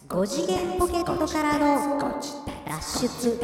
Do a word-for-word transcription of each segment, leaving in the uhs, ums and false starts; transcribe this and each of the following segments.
ご次元ポケットからの脱出。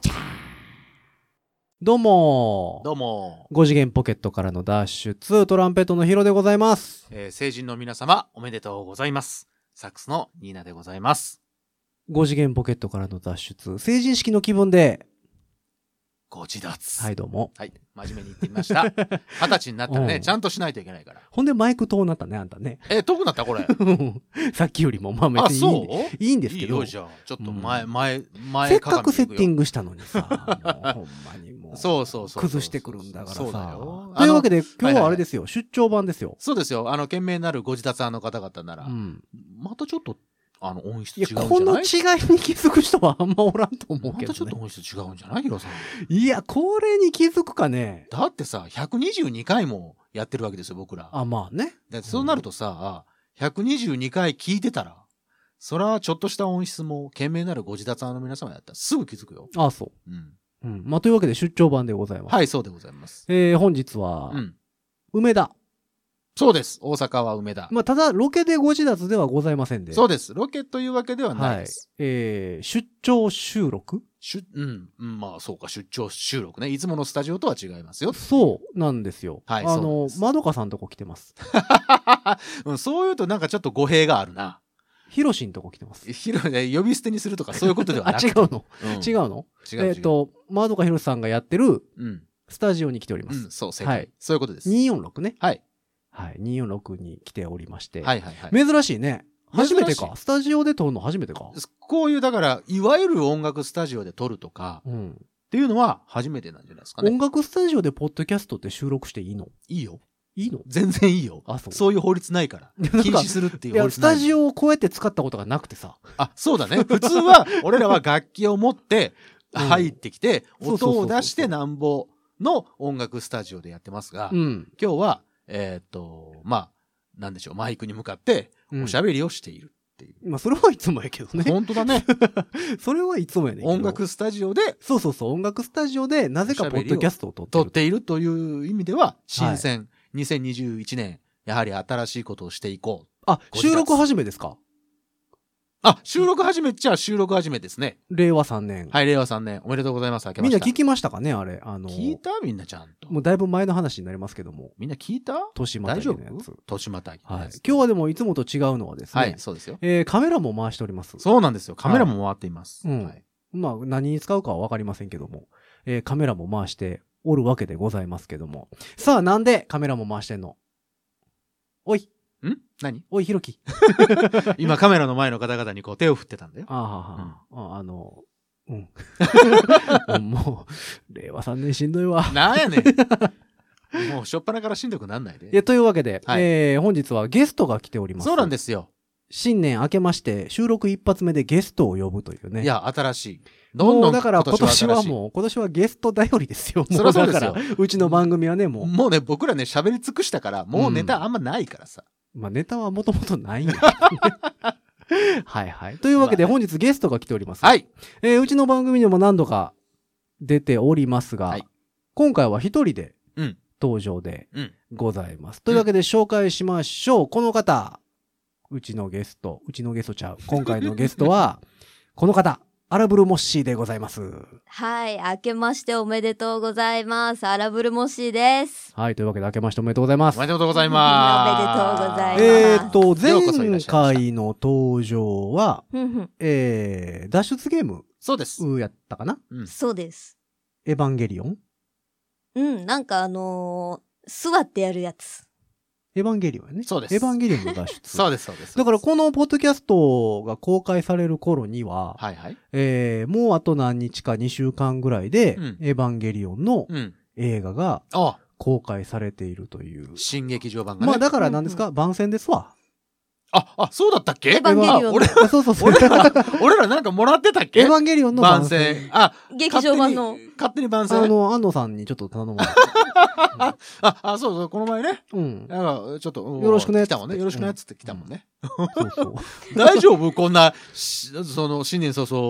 どうもどうも、 ご次元ポケットからの脱出、トランペットのヒロでございます。 えー、成人の皆様おめでとうございます。サックスのニーナでございます。 ご次元ポケットからの脱出、成人式の気分でご自立。 はい、どうも。 はい、真面目に言ってみました。二十歳になったらね、 うんちゃんとしないといけないから。 ほんでマイク遠なったね、あんたね。 え、遠くなったこれ。 さっきよりもまああ、 別にいいそんでういいんですけど。 いいよ、じゃあ。ちょっと前、 うん前、前せっかくセッティグ。 ングしたのにさ、もうほんまにもう。 そうそうそう。 崩してくるんだからそうださよ。 というわけで、今日はあれす。 ですよ、出張版ですよ。 そうですよ。あの、懸命なるご自立派の方々なら、 うん。 またちょっと、あの、音質いや、 違うんじゃないこの違いに気づく人はあんまおらんと思うまけどね。 たちょっと音質違うんじゃないヒロさん。 いや、これに気づくかね。 だってさ、ひゃくにじゅうにかいもやってるわけですよ、僕ら。 あ、まあね。 でそうなるとさ、ひゃくにじゅうにかい聞いてたら、そらちょっとした音質も懸命なるご自立派の皆様やったらすぐ気づくよ。 あ、そうん。 う。うん。まあ、というわけで出張版でございます。 はい、そうでございます。 えー、本日は、 うん。 梅田。 そうです。大阪は梅田。 まあ、ただ、ロケでご自立ではございませんで。 そうです。ロケというわけではないはいです。。 えー、出張収録しゅうん、うん。まあ、そうか、出張収録ね。いつものスタジオとは違いますよ。 そうなんですよ。 はいあのそうなんで、すまどかさんとこ来てます。 うん、そういうとなんかちょっと語弊があるな。 ひろしんとこ来てます。 ひろね、呼び捨てにするとかそういうことではあ、 なくて。 違うの、 うん、 違うの違う違う。 えっ、と、まどかひろしさんがやってるうん。 スタジオに来ております。 うん、そう、正解。 はいそういうことです。 にーよんろくね。 はい。 はい。にーよんろくに来ておりまして。 はいはいはい。 珍しいね。初めて珍か。スタジオで撮るの初めてか。 こういう、だから、いわゆる音楽スタジオで撮るとか、 うん。 っていうのは初めてなんじゃないですかね。 音楽スタジオでポッドキャストって収録していいのいいよ。 いいの全然いいよ。 あ、そう。 そういう法律ないから。 なんか禁止するっていいうや、ス法律ない。 タジオをこうやって使ったことがなくてさ。 あ、そうだね。普通は、俺らは楽器を持って、 うん入ってきて、 そうそうそうそう音を出してなんぼの音楽スタジオでやってますが、 うん。 今日は、えーっと、まあ、なんでしょう、マイクに向かって、 うんおしゃべりをしているっていう。 まあ、それはいつもやけどね。 本当だね。 それはいつもやねんけど。 音楽スタジオでそうそうそう。音楽スタジオで、なぜかポッドキャストを撮ってる。 撮っているという意味では、新鮮、にせんにじゅういちねん、やはり新しいことをしていこう。 あ、 ご自立収録始めですかあ、収録始めっちゃ収録始めですね。 れいわさんねん。 はい、れいわさんねん。おめでとうございます。明けました。 みんな聞きましたかねあれ。あの、 聞いたみんなちゃんと。 もうだいぶ前の話になりますけども。 みんな聞いた年また大丈ぎのやつ夫。年またぎのはいやつ。。 今日はでもいつもと違うのはですね。 はい、そうですよ。 えーカメラも回しております。 そうなんですよ。カメラも回っています。 はいうんはい。 まあ、何に使うかはわかりませんけども。えーカメラも回しておるわけでございますけども。さあ、なんでカメラも回してんのおい、 ん何おい、ひろき。 今カメラの前の方々にこう手を振ってたんだよ。 あーはーはーあ、あの、うん。もう、れいわさんねんしんどいわ。 なんやねん。もう、しょっぱなからしんどくなんないで。 いや、というわけで、 はいえー本日はゲストが来ております。 そうなんですよ。 新年明けまして、収録一発目でゲストを呼ぶというね。 いや、新しい。どんどもうんだから今年はう。 もう、今年はゲスト頼りですよ。もそりゃそうですよだから、うちの番組はね、もう、 もうね、僕らね、喋り尽くしたから、もうネタあんまないからさ。 まあネタはもともとないんだけどね。はいはい。というわけでまあ本日ゲストが来ております。 はい。 えーうちの番組でも何度か出ておりますが、 はい今回は一人でうん。 登場でうん。 ございます。というわけで紹介しましょう。この方、うちのゲスト、うちのゲストちゃう。今回のゲストは、この方、アラブルモッシーでございます。 はい、明けましておめでとうございます。アラブルモッシーです。 はい、というわけで明けましておめでとうございますおめ。でとうございます。 おめでとうございますえーっと、 ようこそいらっ前しゃいました回の登場は、 ふんふんえー、脱出ゲームそうです。 やったかなうん。 そうです。 エヴァンゲリオンうん、なんかあのー、座ってやるやつ。 エヴァンゲリオンやね。 そうですエヴァンゲリオンの脱出。 そうです、そうです。 だからこのポッドキャストが公開される頃には、 はいはい。 えー、もうあと何日かにしゅうかんぐらいで、 うんエヴァンゲリオンのうん。 映画があ、 公開されているという。 新劇場版がね。 まあだから何ですか、番宣ですわ。 あ、あ、そうだったっけエヴァンゲリオンのあ俺、 あそうそうそう。 俺ら、俺らなんかもらってたっけエヴァンゲリオンの番番宣。 宣。あ、 劇場版の勝手に勝手に番宣。 あの、安野さんにちょっと頼むわ。 あ、あ、そうそう、この前ね。 うん。 なんか、ちょっと、うんよろしくね来たもんね。よろしくねっつって来たもんね。 そうそう。 大丈夫こんな、しその、新年早々、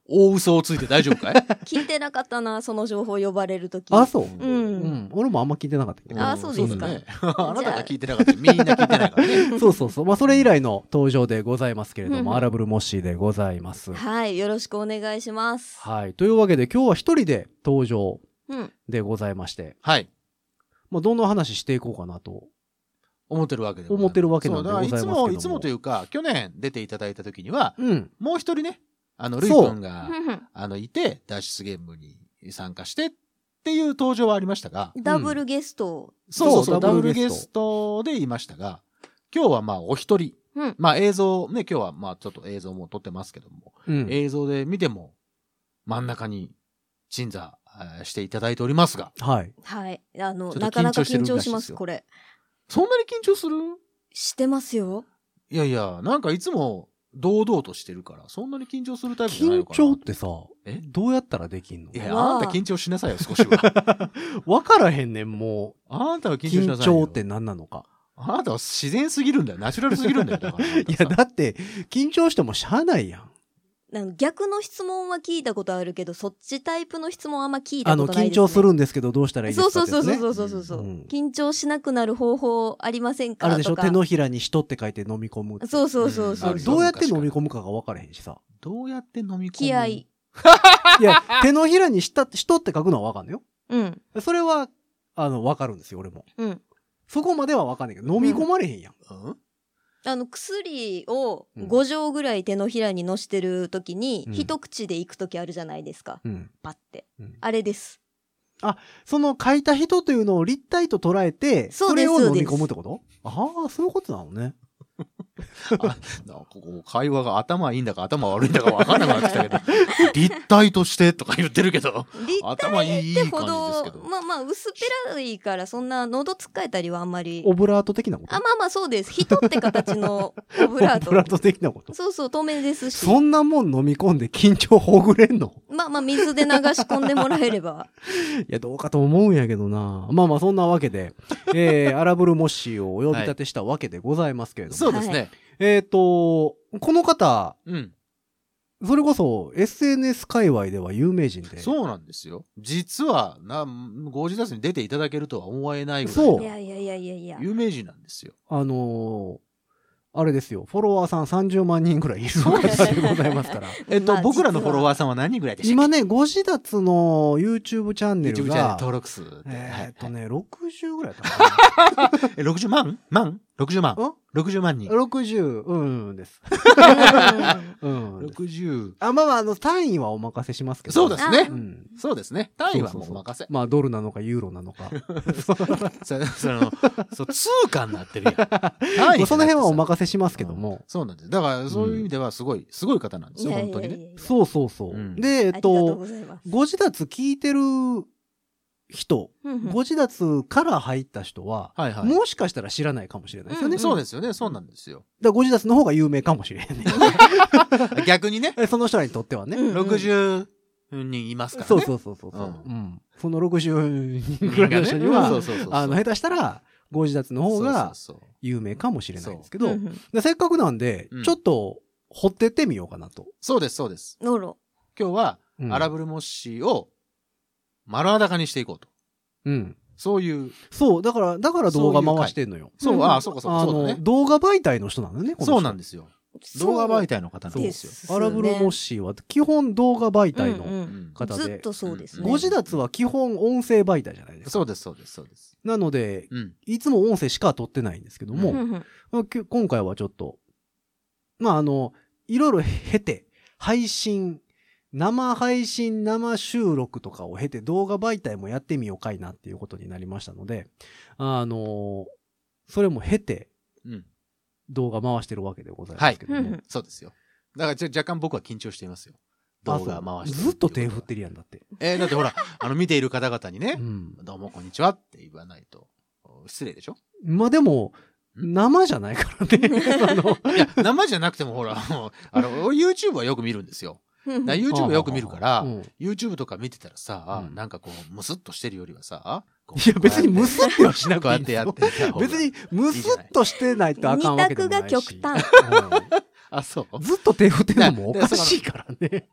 大嘘をついて大丈夫かい？ 聞いてなかったな、その情報呼ばれるとき。 あ、そう。 うんうん。俺もあんま聞いてなかったけど。 あそうですかね。あなたが聞いてなかった。みんな聞いてないからね。 そうそうそう。まあ、それ以来の登場でございますけれどうんうんも、アラブルモッシーでございます。 はい、よろしくお願いします。 はい。というわけで、今日は一人で登場うん。 でございまして、 はい。 まあ、どんな話していこうかなと。 思ってるわけでございます。 思ってるわけなんでそうだからいつも、 ございますけどもいつもというか、去年出ていただいた時には、 うん。 もう一人ね、あの、ルイそう君が、あの、いて、脱出ゲームに参加してっていう登場はありましたが、 ダブルゲスト。 そうそうそう、 そうダブルダブルゲスゲストで言いましたが、今日はまあお一人、 うん。 まあ映像、ね、今日はまあちょっと映像も撮ってますけども、 うん。 映像で見ても真ん中に鎮座えーしていただいておりますが、 はい。 はい。あの、 ちょっとなかなか緊緊張してるらしいですよ張します、これ。 そんなに緊張する？ してますよ。 いやいや、なんかいつも堂々としてるから、そんなに緊張するタイプじゃない緊のかな。 張ってさ、 えどうやったらできんの？ いや、 わああんた緊張しなさいよ、少しは。 わからへんねん、もあんたはう。 緊張しな緊さいよ。 張って何なのか。 あなたは自然すぎるんだよ。ナチュラルすぎるんだよ。だからいや、だって、緊張してもしゃあないやん。 あの逆の質問は聞いたことあるけど、そっちタイプの質問はあんま聞いたあの、 ことないです、ね。 緊張するんですけど、どうしたらいいですそうかってやつね。 そうそうそうそうそうそう、 うん緊張しなくなる方法ありませんかあれでしょ、 とか。 手のひらに人って書いて飲み込むって。 そうそうそうそう。 あれどうやって飲み込むかが分からへんしさ。 どうやって飲み込む？ 気合。 いや、手のひらにした人って書くのは分かんのよ。 うん。 それは、あの、分かるんですよ、俺も。 うん。 そこまでは分かんないけど、飲み込まれへんやん。 うんあの、薬をうんご錠ぐらい手のひらにのしてるときに、 うん一口でいくときあるじゃないですか。 うん。 パッて。 うんあれです。 その書いた人というのを立体と捉えて、 そうですれを飲み込むってこと？ああ、そういうことなのね。 あなんかこう会話が頭いいんだか頭悪いんだか分かんなくなってきたけど、立体としてとか言ってるけど、 立頭いいいい体感じですけど。 まあまあ、薄っぺらいから、そんな喉つっかえたりはあんまり。 オブラート的なこと？ あ、まあまあそうです。人って形のオブラート。 オブラート的なこと？ そうそう、透明ですし。 そんなもん飲み込んで緊張ほぐれんの？ まあまあ、水で流し込んでもらえれば。 いや、どうかと思うんやけどな。まあまあ、そんなわけで、えー、アラブルモッシーをお呼び立てしたわけでございますけれども。 そうですね。 えっ、と、この方、 うん。 それこそ エスエヌエス 界隈では有名人で。 そうなんですよ。実は、な、ゴージダスに出ていただけるとは思えないぐらそういいやいやいやいやいや。 有名人なんですよ。 あのー、あれですよ、フォロワーさんさんじゅうまんにんぐらいいる方でございますから。 えっと、 まあ僕らの実はフォロワーさんは何人ぐらいでしたっけ？ 今ね、ご自立の YouTube チャンネ YouTube チャンルネルが、 登録数って。 えーっとはいね、ろくじゅうぐらいだったかえ、ろくじゅうまん万 ?ろくじゅう 万な。ん ?ろくじゅうまん人。 ろくじゅう、うんです。うんです。 ろくじゅう。 あ、まあまあ、あの、単位はお任せしますけど。 あそうですねう。ん。 そうですね。単位はもそうそうそううお任せ。 まあ、ドルなのかユーロなのか。 そその、そう、通貨になってるやん。単位その辺はおせ任せしますけども。 そうなんです。だから、そういう意味ではすごい、すごい方なんですよ、 いやい本当にね。 やいやいや。 そうそうそう。 うんで、えっありがとうと、 ございます。 ご自立聞いてる人、 うんうんご自立から入った人は、 はいはい。 もしかしたら知らないかもしれないですよね。 うんだかそうですよね。そうなんですよ。 らご自立の方が有名かもしれへんね。 逆にね、 その人らにとってはね。 うんろくじゅうにんいますからね。 そうそうそうそう。ううんん。そのろくじゅうにんぐらいの人には、 そうそうそうそうあの、下手したら、ご自立の方がそうそうそう有名かもしれないんですけど、 うんうんでせっかくなんでうん、 ちょっと掘ってってみようかなと。 そうです、そうです。 ノロ。 今日は、 うんアラブルモッシーを丸裸にしていこうと。 うん。 そういう、 そう、だから、だから動画回してんのよ。 そう、 うんああ、そうかそうか、 あの、 そうだね。 動画媒体の人なのね、この人そうなんですよ。動画媒体の方なんですよ。 ですアラブルモッシーは基本動画媒体のうんうんうん方で、 ずっとそうですね。 ご自立は基本音声媒体じゃないですか。 そうです、そうです、そうです。 なので、 うん。 いつも音声しか撮ってないんですけども、 うんうんまあき今回はちょっと、まああの、いろいろ経て、配信、生配信、生収録とかを経て動画媒体もやってみようかいなっていうことになりましたので、あの、それも経てうん。 動画回してるわけでございますけども。 はいうんそうですよ。だから、じゃ若干僕は緊張していますよ。動画あそう回してるずっと手振っる。 てるやんだって。 えーだってほら、あの、見ている方々にねう、ん。 どうもこんにちはって言わないと、失礼でしょ？ まあでも、 ん生じゃないからね。あのいや、生じゃなくてもほら、もうあの、俺 YouTube はよく見るんですよ。 うんだから YouTube よく見るから、 うん YouTube とか見てたらさ、 うんなんかこう、ムスッとしてるよりはさ、こういや別にムスってはしなこうやってやくていいんですよってた方が別にムスッとしてないとあかんわけでもないし。 二択が極端。 あ、そううんずっと手振ってるのもおかしいからね。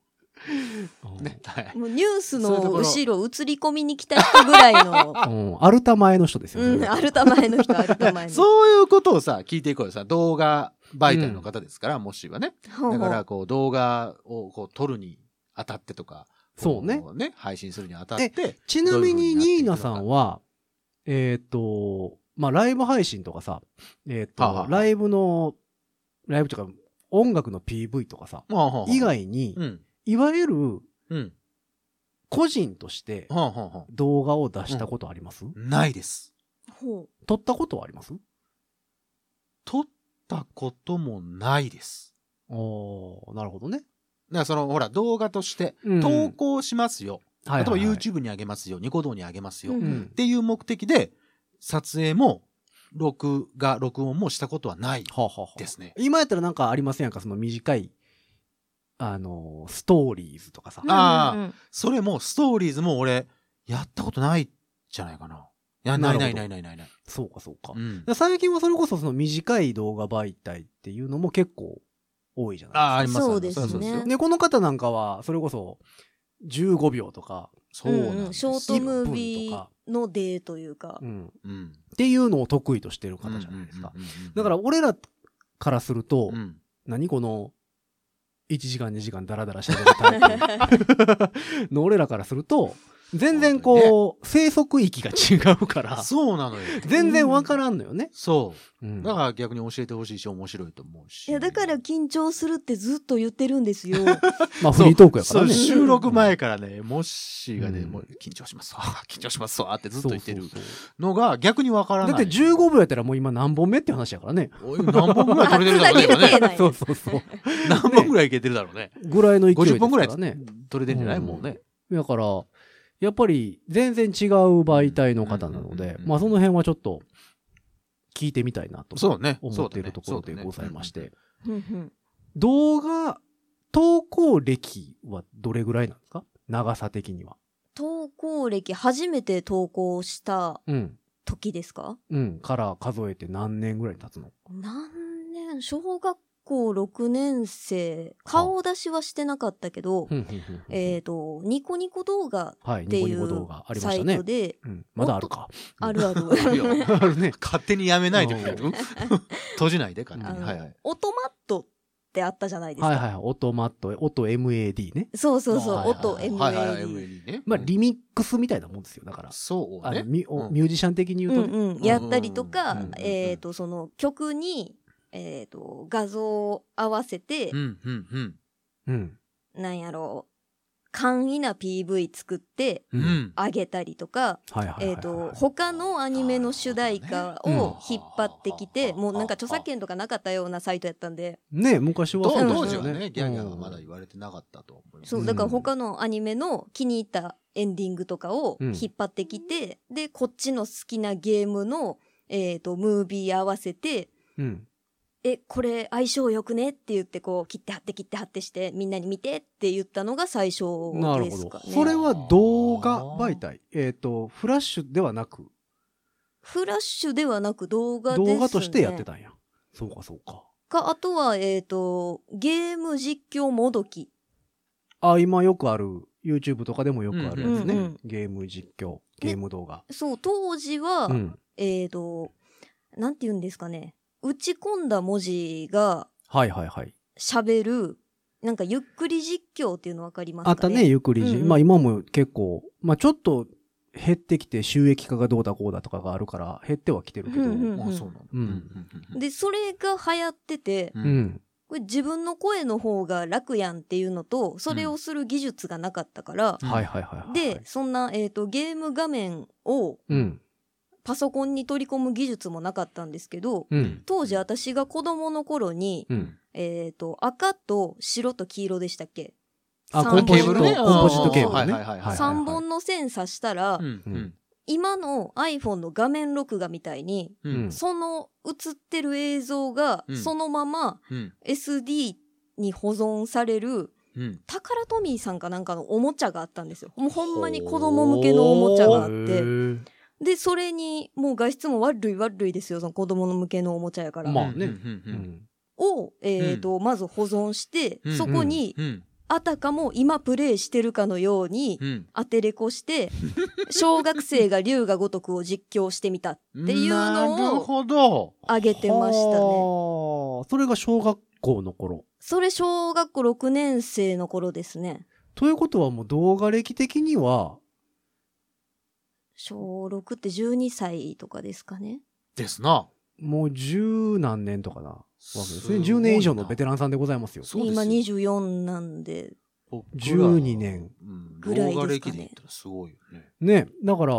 ね、はい。 もうニュースのそういうところ後ろ映り込みに来た人ぐらいのうん、アルタ前の人ですよね。 うん、アルタ前の人アルタ前の人そういうことをさ、聞いていこうよさ、動画媒体の方ですから、もしはね。 ほうほうだから、こう、動画をこう撮るにあたってとか、 そうねこね。配信するにあたって。 ちなみに、ニーナさんは、 は、えっ、と、まあ、ライブ配信とかさ、えっ、と、 はあはあライブの、ライブとか、音楽の ピーブイ とかさ、 はあはあはあ以外に、 うん。 いわゆるうん。 個人としてはあはあはあ動画を出したことあります、 ないです。 ほ撮ったことはあります撮ったこともないです。 おー、なるほどね。 だからその、ほら、動画としてうん投稿しますよ。 はいはいはい、 例えば YouTube に上げますよ。ニコ動に上げますよ。 うっうん。 ていう目的で、撮影も、録画、録音もしたことはないはあ、はあはあ、 ですね。 今やったらなんかありませんやんか、その短い、あのー、ストーリーズとかさ。 うあーうんうんそれも、ストーリーズも俺、やったことないじゃないかな。いや、なないるほどないないないないない。 そうかそうか。 うん。 で最近はそれこそその短い動画媒体っていうのも結構多いじゃないですか。 ああ、ありますそうですねそうですよ。 で、この方なんかは、それこそ、じゅうごびょうとか、 そうなんですショートムービいっぷんとかーのデーというかう、ん。 うん。 っていうのを得意としてる方じゃないですか。 うんうんうんうん。 だから、俺らからすると、 うん、 何この、いちじかんにじかんダラダラ喋るタイプの俺らからすると、全然こう、生息域が違うから、 そうなのよ。 全然わからんのよね。 そうう。 んだから逆に教えてほしいし、面白いと思うし。 いやだから緊張するってずっと言ってるんですよ。 まあ、フリートークやからそう、 ね。 収録前からね、モッシーがね、 うんもう緊張しますわ、緊張しますわってずっと言ってるそうそうそうのが逆にわからない。 だってじゅうごびょうやったらもう今何本目って話やからね。 おい何本ぐらい撮れてるだろうね、今ね。 つなげる系なんやそうそうそう。 何本ぐらいいけてるだろうね。 ぐらいの勢いです 50本ぐらいからね。 撮れてんじゃない、 うんもうね。 だから、やっぱり全然違う媒体の方なので、まあその辺はちょっと聞いてみたいなとそうね。 思っているところでございまして。 うんうん動画、投稿歴はどれぐらいなんですか？長さ的には。 投稿歴初めて投稿したうん。 時ですか？ うん。から数えて何年ぐらい経つの？ 何年小学校ろくねん生顔出しはしてなかったけど、 うんうんうんうんえっとニコニコ動画っはい。 ていニコニコ動う画ありまサイしたねト。でうん。まだあるか。 あるあるいやあるね。 勝手にやめないでくれる閉じないで、勝手に。 あのはいはい。 オトマットってあったじゃないですか。 はいはいはい。オトマット、オト エムエーディー ね。 そうそうそう、 はいはいオトはいはいはいエムエーディー。 エムエーディー ね。 まあ、リミックスみたいなもんですよ。だから。 そうね。 あのミうんミュージシャン的に言うとね。 うんうん、やったりとか、 うんうんうんうんえっ、と、その曲に、えっ、と、画像を合わせて、 うん、うん、うん。 うん。 なんやろう、簡易な ピーブイ 作ってう。 うんん。 あげたりとか、 はいはいはいはい。 えっ、と、他のアニメの主題歌を引っ張ってきて、 うんもうなんか著作権とかなかったようなサイトやったんで、 ね昔は当そう当時はですよね、ギャーギャーがまだ言われてなかったと思います。 そう、だから他のアニメの気に入ったエンディングとかをうん引っ張ってきて、で、こっちの好きなゲームの、えっ、と、ムービー合わせて、 うん。 え、これ相性よくねって言ってこう切って貼って切って貼ってしてみんなに見てって言ったのが最初なるほどですか。ね。 それは動画媒体。えっと、フラッシュではなく、 フラッシュではなく動画ですね。 動画としてやってたんや。そうかそうか。 か、あとは、えっ、と、ゲーム実況もどき。 あ、今よくある、YouTube とかでもよくあるやつね。 うんうんうんゲーム実況、ゲーム動画。 そう、当時は、 うん。 えっ、と、なんて言うんですかね。打ち込んだ文字がはいはいはい。 喋る、なんかゆっくり実況っていうのわかりますかね。 あったね、ゆっくりじ、 うんうんまあ今も結構、まあちょっと減ってきて収益化がどうだこうだとかがあるから減ってはきてるけど。 うんうんあ、そうなの。 うんうん。 で、それが流行ってて、 う。 うんん。 これ自分の声の方が楽やんっていうのと、それをする技術がなかったから、 うんはいはいはいはい。 で、、そんな、えっ、と、ゲーム画面をうん。 パソコンに取り込む技術もなかったんですけど、 うん。 当時私が子供の頃に、 うん。 えっ、と、赤と白と黄色でしたっけ？ あ、 三コンポジット、 ケーブルねコンポジットケーブルね。 はいはいはいはいさんぼんの線刺したら、 うん。うん。 今の iPhone の画面録画みたいに、 ううんん。 その映ってる映像がうんそのままうん。 エスディー に保存されるうん。 タカラトミーさんかなんかのおもちゃがあったんですよ。もうほんまに子供向けのおもちゃがあっへて。 ーで、それにもう画質も悪い悪いですよ。その子供の向けのおもちゃやから。 まあねうん。 うん。 を、えっ、と、まず保存して、 うんそこにうん。 あたかも今プレイしてるかのようにうん。 当てれこして小学生が龍が如くを実況してみたっていうなるのをほど。 あげてましたね。 はあそれが小学校の頃。 それ小学校ろくねん生の頃ですね。 ということはもう動画歴的には、 小ろくってじゅうにさいとかですかね。 ですな。 もう十何年とかなわけですね。 すごいなじゅうねん以上のベテランさんでございますよ。 そうですよ今にじゅうよんなんで。 僕らじゅうにねんうんぐらいですかね動画歴で言ったらすごいよね。 ね。だから、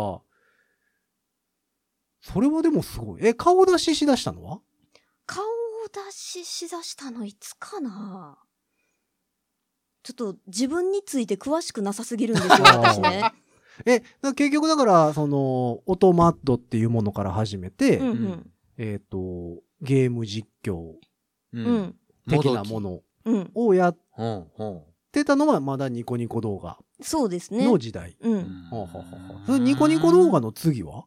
それはでもすごい。え、顔出ししだしたのは顔出ししだしたのいつかな。ちょっと自分について詳しくなさすぎるんですよ、私ね。 え、だから結局だから、その、オトマッドっていうものから始めて、 うんうん。 えっ、と、ゲーム実況ううん。 的なものうん。 をやっうん。うん。 てたのはまだニコニコ動画そうですね。 の時代。 う。 うんんはあはあはあそれニコニコ動画の次は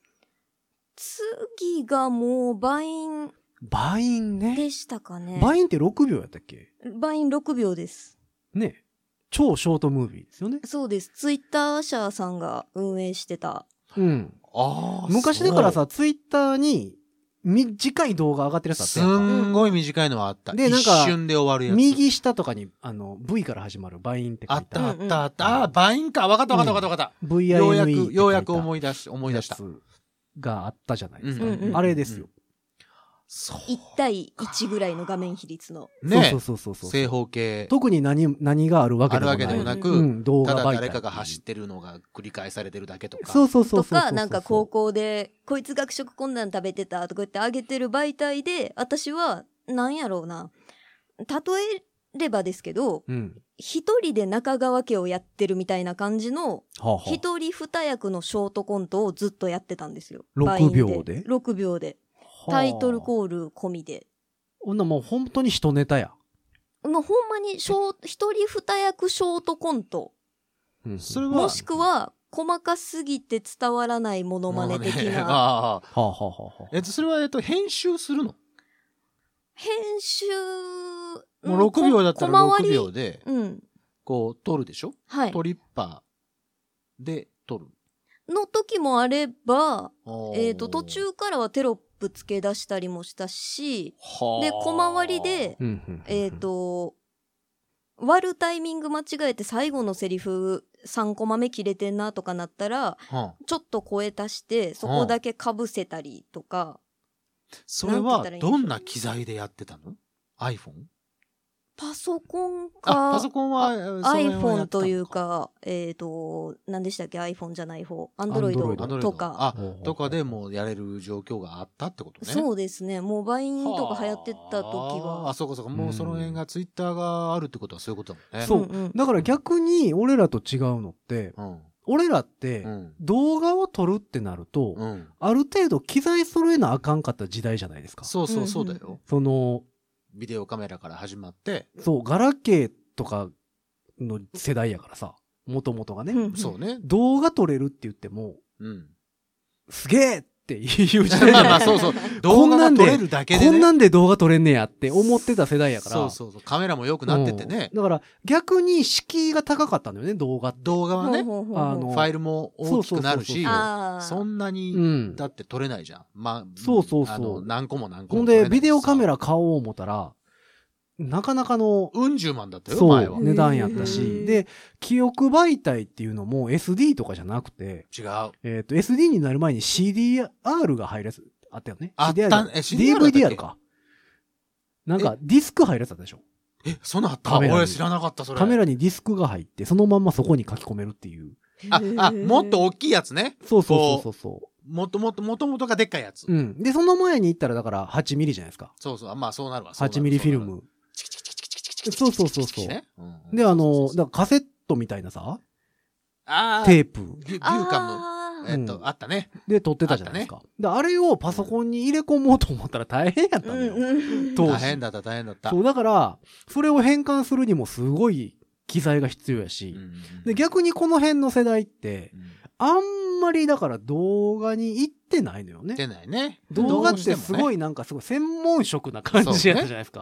次がもうバインバインね。 でしたかね。 バインってろくびょうやったっけバインろくびょうです。 ね。超ショートムービーですよね。 そうです。ツイッター社さんが運営してた。 うん。 ああ。 昔だからさ、ツイッターに短い動画上がってるやつあったすやんか。 んごい短いのはあった。 でなんか一瞬で終わるやつ。 右下とかに、あの、V から始まるバインって書いてある。 あったあったあった。ああ、バインか。わかったわかったわかったわかった。 ブイアイようやく、 エヌイー って書いたようやく思い出し、思い出した。 やつがあったじゃないですか。 うんうんうんあれですよ。 そう。 いち対いちぐらいの画面比率の。 ねそうそうそうそうそう。 正方形。 特に何、何があるわけあるわでもない。 けでもなく、 うん、動画ただ媒体。 誰かが走ってるのが繰り返されてるだけとか。 そうそうそうそうそう。 とか、なんか高校で、こいつ学食こんなん食べてたとか言ってあげてる媒体で、私は、なんやろうな。例えればですけど、 うん。 一人で中川家をやってるみたいな感じの、 はあはあ、 一人二役のショートコントをずっとやってたんですよ。 ろくバインびょうで ?ろくびょうで。 はあタイトルコール込みで。 ほんなもう本当に一ネタや。 もうほんまにショー一人二役ショートコント。 うんそれは、 もしくは、細かすぎて伝わらないモノマネ的もうねな。 ああはあはあはあはあ。 えっと、それは、えっと、編集するの編集、 もうろくびょうだったらろくびょうで。 で、 うん。 こう、撮るでしょはい。 トリッパーで撮る。 の時もあれば、えっ、と、途は中からはテロップ付け出したりもしたし、 あで、小回りで、 うんうんえっ、と、割るタイミング間違えて最後のセリフさんコマ目切れてんなとかなったら、 はあちょっと声足して、そこだけ被せたりとか、 それはなんて言ったらいいんでしょうどんな機材でやってたの ?iPhone? パソコンあ、 か、 パソコンは、その辺はや iPhone ってたのという、か、えっ、と、何でしたっけ ?iPhone じゃない方。Android Android とか。 あほうほうほう、 とかでもうやれる状況があったってことね。 そうですね。もうバインとか流行ってた時はあ、 は。 あそうかそうか。もうその辺がツイッターがあるってことはそういうことだもんね。 そうんうんだから逆に俺らと違うのって、 うん。 俺らってうん。 動画を撮るってなると、 うん。 ある程度機材揃えなあかんかった時代じゃないですか。 そうそうそうだよ。 その、 ビデオカメラから始まって、 そう、ガラケーとかの世代やからさ、もともとがね、 うんそうね。 動画撮れるって言っても、 うん。 すげえっていう時代まあまあそうそう。動画が撮れるだけでね。 こんなんで動画撮れんねやって思ってた世代やから。 そうそうそう。カメラも良くなってってねうん。だから逆に敷居が高かったんだよね、動画って。 動画はね、 ほうほうほうほうあのファイルも大きくなるしそうそうそうそう、 あーそんなに、 うん。 だって撮れないじゃん。まあ、 そうそうそうあの、何個も何個ほんで、 も撮れないしさ。 ビデオカメラ買おう思ったら、なかなかの、 うん十万だったよ、 そ前はう、。値段やったし、 へーで、記憶媒体っていうのも エスディー とかじゃなくて、 違う。 えっ、と、エスディー になる前に シーディーアール が入るやつあったよね。 あったシーディーアールえ シーディーアール だったっけディーブイディー あるか。なんか、ディスク入るやつあったでしょ。 え、そんなんあったカメラに俺知らなかった、それ。 カメラにディスクが入って、そのまんまそこに書き込めるっていう。 あ、あ、もっと大きいやつね。 そうそうそうそうそもっともっと、もともとがでっかいやつ。 う。うん。で、その前に行ったら、だからはちミリじゃないですか。 そうそう。まあそうなるわ。 はちミリフィルム。 チキチキチキチキチキチキチキそうそうそうそうねうんで、あの、 そうそうそうだからカセットみたいなさ、 あーテープビュビューカム。 あーえっと、 うんあったね。 で撮ってたじゃないですか。で、あれをパソコンに入れ込もうと思ったら大変やったのよ。 うんうん当時大変だった、大変だった。 そう、だから、それを変換するにもすごい機材が必要やし、 うんうんうんで、逆にこの辺の世代って、 うんあんまりだから動画に行ってないのよね。 出ないね。 動画ってすごい。 いなんかすごい専門職な感じやったじゃないですか。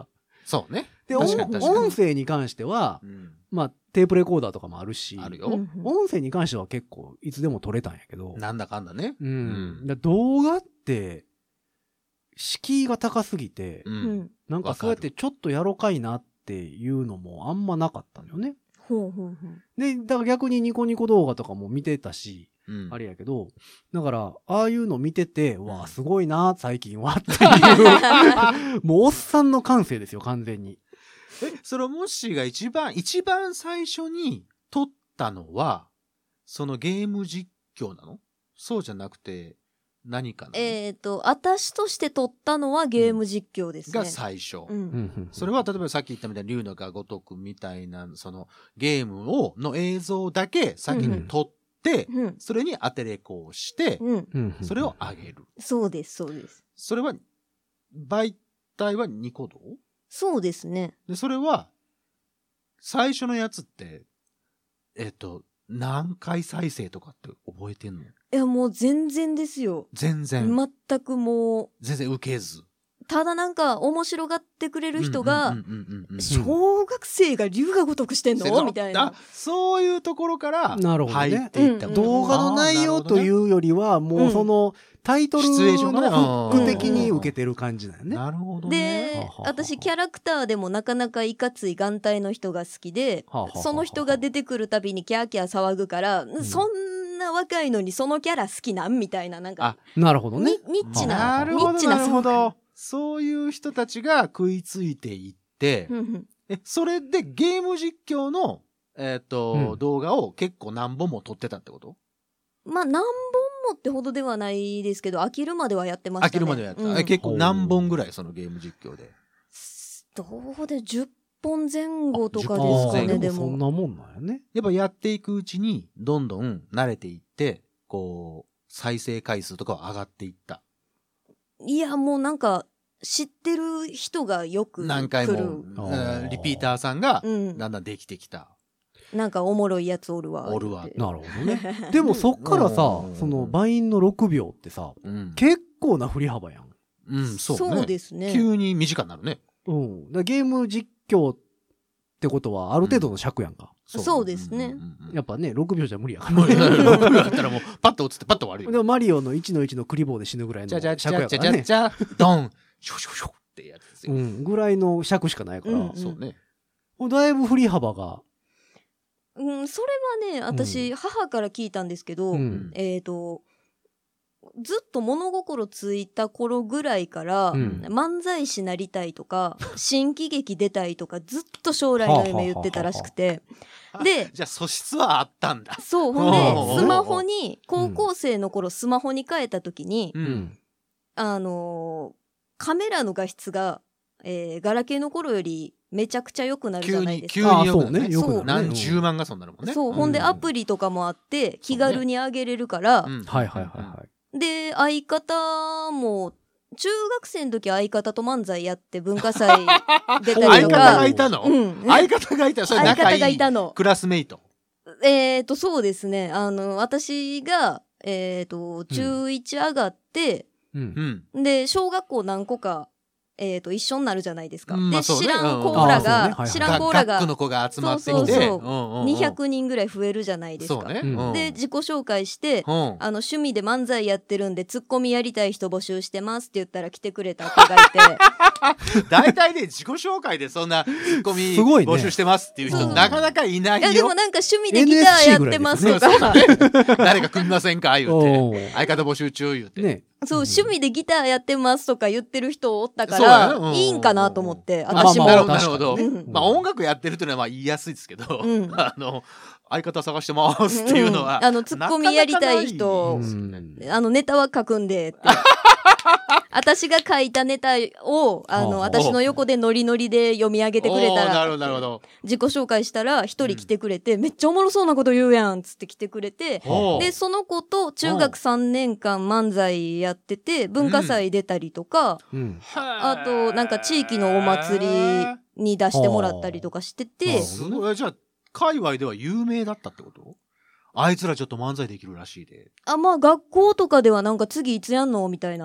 そうね。 で、 確かに確かに音声に関しては、 うんまあ、テープレコーダーとかもあるし、 あるよ。 うん音声に関しては結構いつでも撮れたんやけど、 なんだかんだね。 うん。 うんだ動画って、敷居が高すぎて、 う。 うんんなんかそうやってちょっとやろかいなっていうのもあんまなかったのよね。 ほうほうほうで、だから逆にニコニコ動画とかも見てたし、 うんあれやけど、だから、ああいうの見てて、わあ、すごいな、最近はっていう、もうおっさんの感性ですよ、完全に。 え、それもしが一番、一番最初に撮ったのは、そのゲーム実況なの？そうじゃなくて、何かなの？ えっと私として撮ったのはゲーム実況ですね。 が最初。 ううんんそれは例えばさっき言ったみたいに竜のが如くみたいな、そのゲームを、の映像だけ先に撮って、 うんそれに当てレコをして、 うんうんそれを上げる。 そうですそうですそれは、媒体はニコ動そうですね。 で、それは、最初のやつって、えっと、何回再生とかって覚えてんの？ いやもう全然ですよ。 全然、 全くも全然受けず。 うただなんか面白がってくれる人が、 うんうんうんうんうん小学生が龍が如くしてんの、 そうみたいなあ。そういうところからなるほどね入っていった。 うん動画の内容というよりは、もうその、タイトルシチュエーションがねのフック的に受けてる感じだよね。 なるほどね。 ではあはあはあ私キャラクターでもなかなかいかつい眼帯の人が好きで、 はあはあはあはあその人が出てくるたびにキャーキャー騒ぐから、 んそんな若いのにそのキャラ好きなんみたいな、なんかなるほどねニ。ニッチな、 なるほど、 ニッチななるほそうど。そういう人たちが食いついていって、 うんうんえ、それでゲーム実況の、えっ、と、 うん動画を結構何本も撮ってたってこと？ まあ何本もってほどではないですけど、飽きるまではやってましたね。 飽きるまでやった。 うんえ結構何本ぐらいそのゲーム実況で。 どうでじゅっぽんぜん後とかあですかじゅっぽんぜん後ね、でそんも。 なもんなんやね。 やっぱやっていくうちに、どんどん慣れていって、こう、再生回数とかは上がっていった。 いや、もうなんか、知ってる人がよく来る。 何回も、 あーうんリピーターさんが、 うん。 だんだんできてきた。 なんかおもろいやつおるわ。 おるわ言ってなるほどね。でもそっからさうん、 その倍音のろくびょうってさ、 うん。 結構な振り幅やん。 うん、そうね。 そうですね。 急に短くなるね。 うん。だからゲーム実況ってことはある程度の尺やんか。 そうですねんんうんやっぱね、ろくびょうじゃ無理やから。 もうろくびょうだったらもう、パッと落ちてパッと終わるよ。 でもマリオのいちのいちのクリボーで死ぬぐらいのじゃじゃじ尺ゃじゃやからね。 じゃじゃ、ドン、シュシュシュってやつですよ。 うん。ぐらいの尺しかないから。 うんそうね。 もうだいぶ振り幅が。 うん、それはね、私、母から聞いたんですけど、 うんえっ、と、ずっと物心ついた頃ぐらいから、 うん漫才師なりたいとか、新喜劇出たいとか、ずっと将来の夢言ってたらしくて。で、 じゃあ素質はあったんだ。 そう、ほんおーで、スマホに、高校生の頃スマホに変えた時に、 う。 うんん。 あのーカメラの画質が、えーガラケーの頃よりめちゃくちゃ良くなるじゃ急に、 ないですか。 急によくなるあそうねよくなるね何十万画素になるもんね。 そう、ほんでアプリとかもあって、気軽に上げれるから、 うんはいはいはいはい。 で、相方も、中学生の時相方と漫才やって文化祭出たりと相方がか、 いたのうん。 相方がいたそれ相方仲いいがいたの。 クラスメイト。 えっと、そうですね。あの、私が、えっと、中いち上がって、 うんう。ん。 で、小学校何個か、えっと、一緒になるじゃないですか。で、 うんまあそうね知らん子うんらあそうねはいはが、 い知らん子らが学区の子が集まってきて。 そうそうそうんんうんにひゃくにんぐらい増えるじゃないですか。 そうね。 うんうんで、自己紹介して、 うんあの、趣味で漫才やってるんで、ツッコミやりたい人募集してますって言ったら来てくれた子がいて、 大体ね、自己紹介でそんなツッコミすごいね募集してますっていう人そうなかなかいないよ。 いや、でもなんか趣味でギターやってますとか、 誰か組みませんか言うて。 おー相方募集中言うて。 ね。 そう、趣味でギターやってますとか言ってる人おったかそうやら、 ねうんいいんかなと思って、 まあ私も。 なるほど、なるほど。 うんまあ音楽やってるっていうのはまあ言いやすいですけど、 うんあの、相方探してますっていうのは。 うんあの、ツッコミやりたい人、 うんあの、ネタは書くんでって。私が書いたネタを、あの、 はあはあ私の横でノリノリで読み上げてくれたらおーなるほど、なるほど。 自己紹介したら一人来てくれて、めっちゃおもろそうなこと言うやんっつって来てくれて、 ほうで、その子と中学さんねんかん漫才やってて、文化祭出たりとか、 うん。 あと、なんか地域のお祭りに出してもらったりとかしてて、 すごい。じゃあ、界隈では有名だったってことあいつらちょっと漫才できるらしいで。 あ、まあ学校とかではなんか次いつやんのみたいな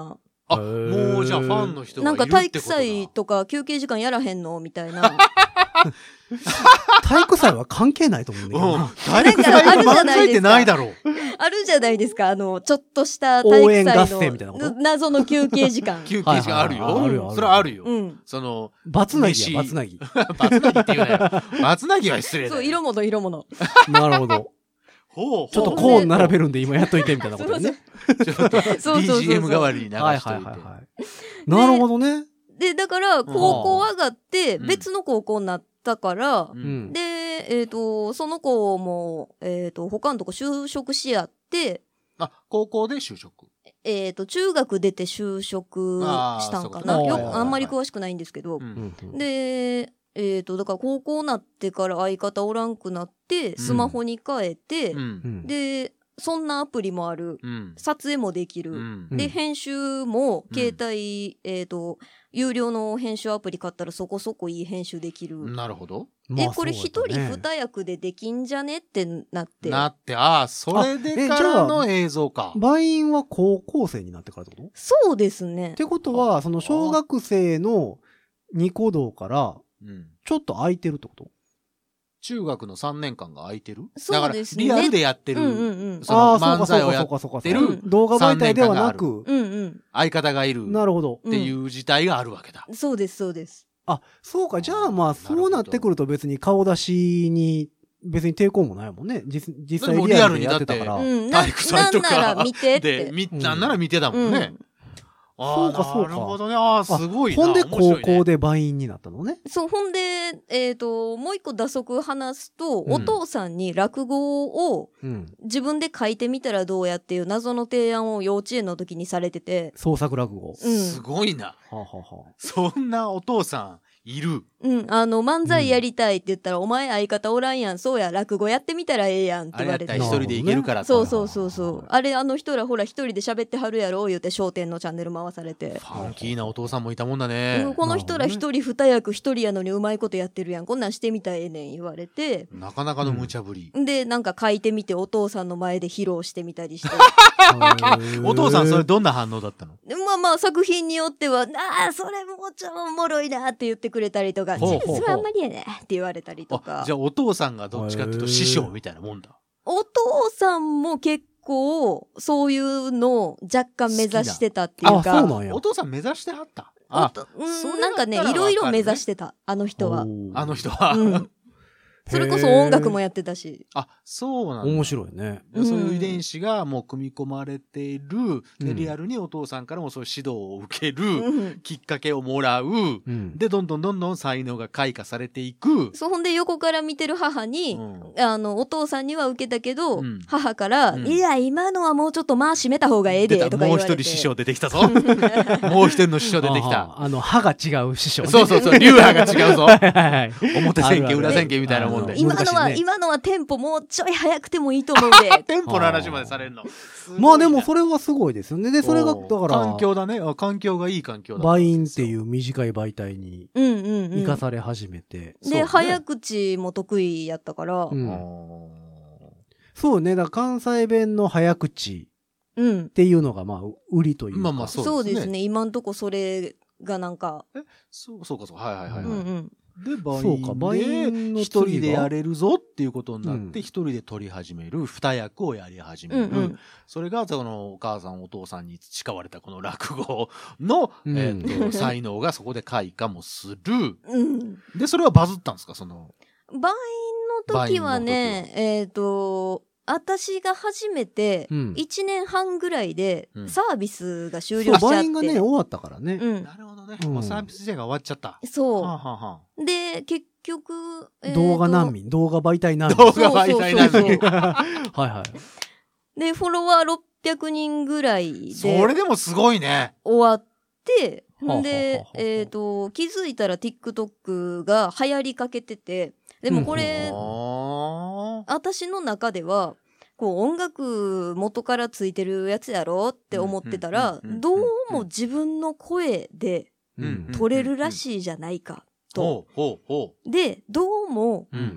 あ、 へーもうじゃあファンの人がないんかるってことだ。 体育祭とか休憩時間やらへんのみたいな。 体育祭は関係ないと思うんだけどうんな。。 体育祭なんかあるじゃ漫才ってないですかないだろう。 あるじゃないですか。あの、ちょっとした体育応援合祭戦みたいなことの謎の休憩時間。 休憩時間あるよ。 はいはいはいあるよあるそれはあるよ。 うん。 その、 バツナギ飯や、バツナギ。 バツナギって言うなよ。バツナギは失礼だそう、 よ。 色物、色物。 なるほど。 ほうほうちょっとコーン並べるんで今やっといてみたいなことだね。 ちょっとそうそうそうビージーエム 代わりに流しといて。 はいはいはいはい。なるほどね。 で、だから、高校上がって、 うん別の高校になったからう、 うんん。 で、えっ、と、その子も、えっ、と、他のとこ就職しやって、 あ、高校で就職。 えっ、と、中学出て就職したんかあーな。よそういうことく、あんまり詳しくないんですけどう。。 うんんうんで、えっ、と、だから高校なってから相方おらんくなって、スマホに変えて、 うん。 うんで、そんなアプリもある。 うん。 撮影もできる。 うんうんで、編集も、 うん携帯、えっ、と、有料の編集アプリ買ったらそこそこいい編集できる。 なるほど。 え、 まあこれ一人そうだね二役でできんじゃねってなって。 なって、ああ、それであえからの映像か。 バインは高校生になってからってことっそうですね。 てことは、その小学生のニコ動からうん。 ちょっと空いてるってこと中学のさんねんかんが空いてるそうですねだから、リアルでやってうんうんる、 うん。 そのああ、そう漫かそうか才をやっそうかそうか。 てるうん動画媒体ではなく、 うんうん。 相方がいるなるほど。 っていう事態があるわけだ。 そうです、そうです。 あ、そうか。じゃあまあ、 なるほどそうなってくると別に顔出しに、別に抵抗もないもんね。実実際でもリアルでやってたから。 リアルうん。な体育祭とかなんなら見てっで、 て。 み、 うんなんなら見てたもんね。あそうかそうかなるほどね。ああ、すごいな。 ほんで高面白いね校でバインになったのね。 そう、ほんで、えっ、と、もう一個打足話すと、 うんお父さんに落語をうん。 自分で書いてみたらどうやっていう謎の提案を幼稚園の時にされてて、 創作落語。 うんすごいな。 はあ、はあはあ、 そんなお父さん、いる。 うん、あの、漫才やりたいって言ったら、お前相方おらんやん、そうや、落語やってみたらええやんってあれや言われて。 ったら一人でいけるからそうそうそうそう。あれ、あの人らほら一人で喋ってはるやろ、言うて、笑点のチャンネル回されてフ。ァンキーなお父さんもいたもんだねうん。この人ら一人二役一人やのにうまいことやってるやん。こんなんしてみたらええねん言われて。 なかなかの無茶ぶり。 で、なんか書いてみてお父さんの前で披露してみたりして。 お父さんそれどんな反応だったのでまあまあ作品によっては、ああ、それもうちょおもろいなって言ってくれたりとか、 ほうほうほうそれはあんまりやねって言われたりとあかじゃ。あお父さんがどっちかっていうと師匠みたいなもんだ。 お父さんも結構そういうのを若干目指してたっていうあ、そうか。 なんや。 お父さん目指してはったおあ、 とうんそれなんかね、 だったらいろいろわかるね目指してた、あの人は。 おーあの人は。 うん。それこそ音楽もやってたし。 あ、そうなんだ。 面白いね。 うんそういう遺伝子がもう組み込まれている、でうんリアルにお父さんからもそういう指導を受ける、 うんきっかけをもらう、 うん。 で、どんどんどんどん才能が開花されていく。 そう、ほんで横から見てる母に、 うんあの、お父さんには受けたけど、 うん母から、 うんいや、今のはもうちょっとまあ閉めた方がええで、 出たとか言われて。 もう一人師匠出てきたぞ。もう一人の師匠出てきた。 ああ。あの、歯が違う師匠ね。 そうそうそう、流派が違うぞ。 はいはいはい。 表千家、 あるある裏千家みたいなもんで。 今のは、 難しいね今のはテンポもうちょい早くてもいいと思うで。 テンポの話までされるの。 まあでもれそれはすごいですよね。で、それが、だから、 環境だね。あ環境がいい環境だ。。 バインっていうう短い媒体にうんうんうん。 生かされ始めて。 で、 そうね早口も得意やったから、 ううん。 んそうね。だから関西弁の早口っていうのが、まあ、売りというか。 まあまあそうそうですね。 ですね今んとこそれがなんか、 そうそうかそう。はいはいはいはい。 うんうん。 で、バイそうかバインンで、 の次が一人でやれるぞっていうことになって、 うん一人で取り始める、二役をやり始める。 うんうん。 それが、その、お母さん、お父さんに培われたこの落語の、 うんえっと、才能がそこで開花もする。 うん。 で、それはバズったんですかその、 バインの時はね、えっ、と、私が初めてうんいちねんはんぐらいでうんサービスが終そう了しちゃって。 バインがね、終わったからね。 うん。 なるほどね。 うんもうサービス時代が終わっちゃった。 そはあ、はあはう。で、結局、えーと動画難民、動画媒体難民。 動画媒体難民そうそうそうはいはい。 で、フォロワーろっぴゃくにんぐらいそでれでもすごいね。 終わって、 はあはあはあでは、あえっ、と、気づいたら TikTok が流行りかけてて、でもこれ、 あ私の中では、こう音楽元からついてるやつやろって思ってたら、 うんうんうんうんどうも自分の声でうん撮れるらしいじゃないかと。 ほうほうほで、どうもう。うん。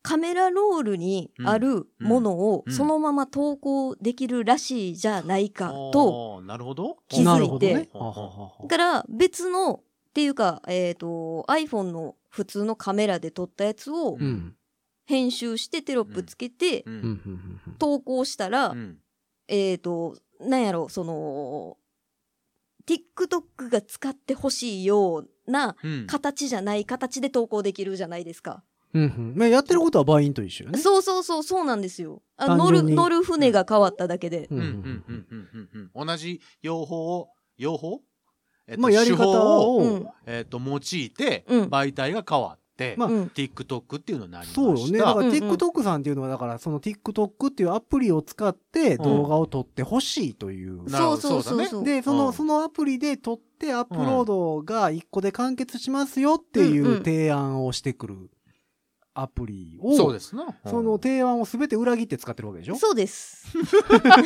カメラロールにあるものをうんそのまま投稿できるらしいじゃないかと、 あーなるほど。 気づいてなるほどね。 ほうほうほうほうだから別のっていうか、えっと iPhone の普通のカメラで撮ったやつをううん。 編集してテロップつけてうんうんうんうんうん投稿したら、 うんえっとなんやろその TikTok が使ってほしいようなうん形じゃない形で投稿できるじゃないですか。 うんうんまあやってることはバインと一緒よね。 そうそうそうそうなんですよ。あ乗る単純に乗る船が変わっただけで。 うんうんうんうんうんうんうんうん同じ用法を用法、えっとまあやり方手法を、 うんえっと用いてうん媒体が変わって、 まあうん TikTok っていうのになりました。 そうよね。だからうんうん TikTok さんっていうのは、だからその TikTok っていうアプリを使って動画を撮ってほしいという。 なるほどそうそうそうそう。 で、そうの、 んそのアプリで撮ってアップロードが一個で完結しますよっていうんううん提案をしてくるアプリを、 そうですな。 その提案をすべて裏切って使ってるわけでしょ。 そうです。だから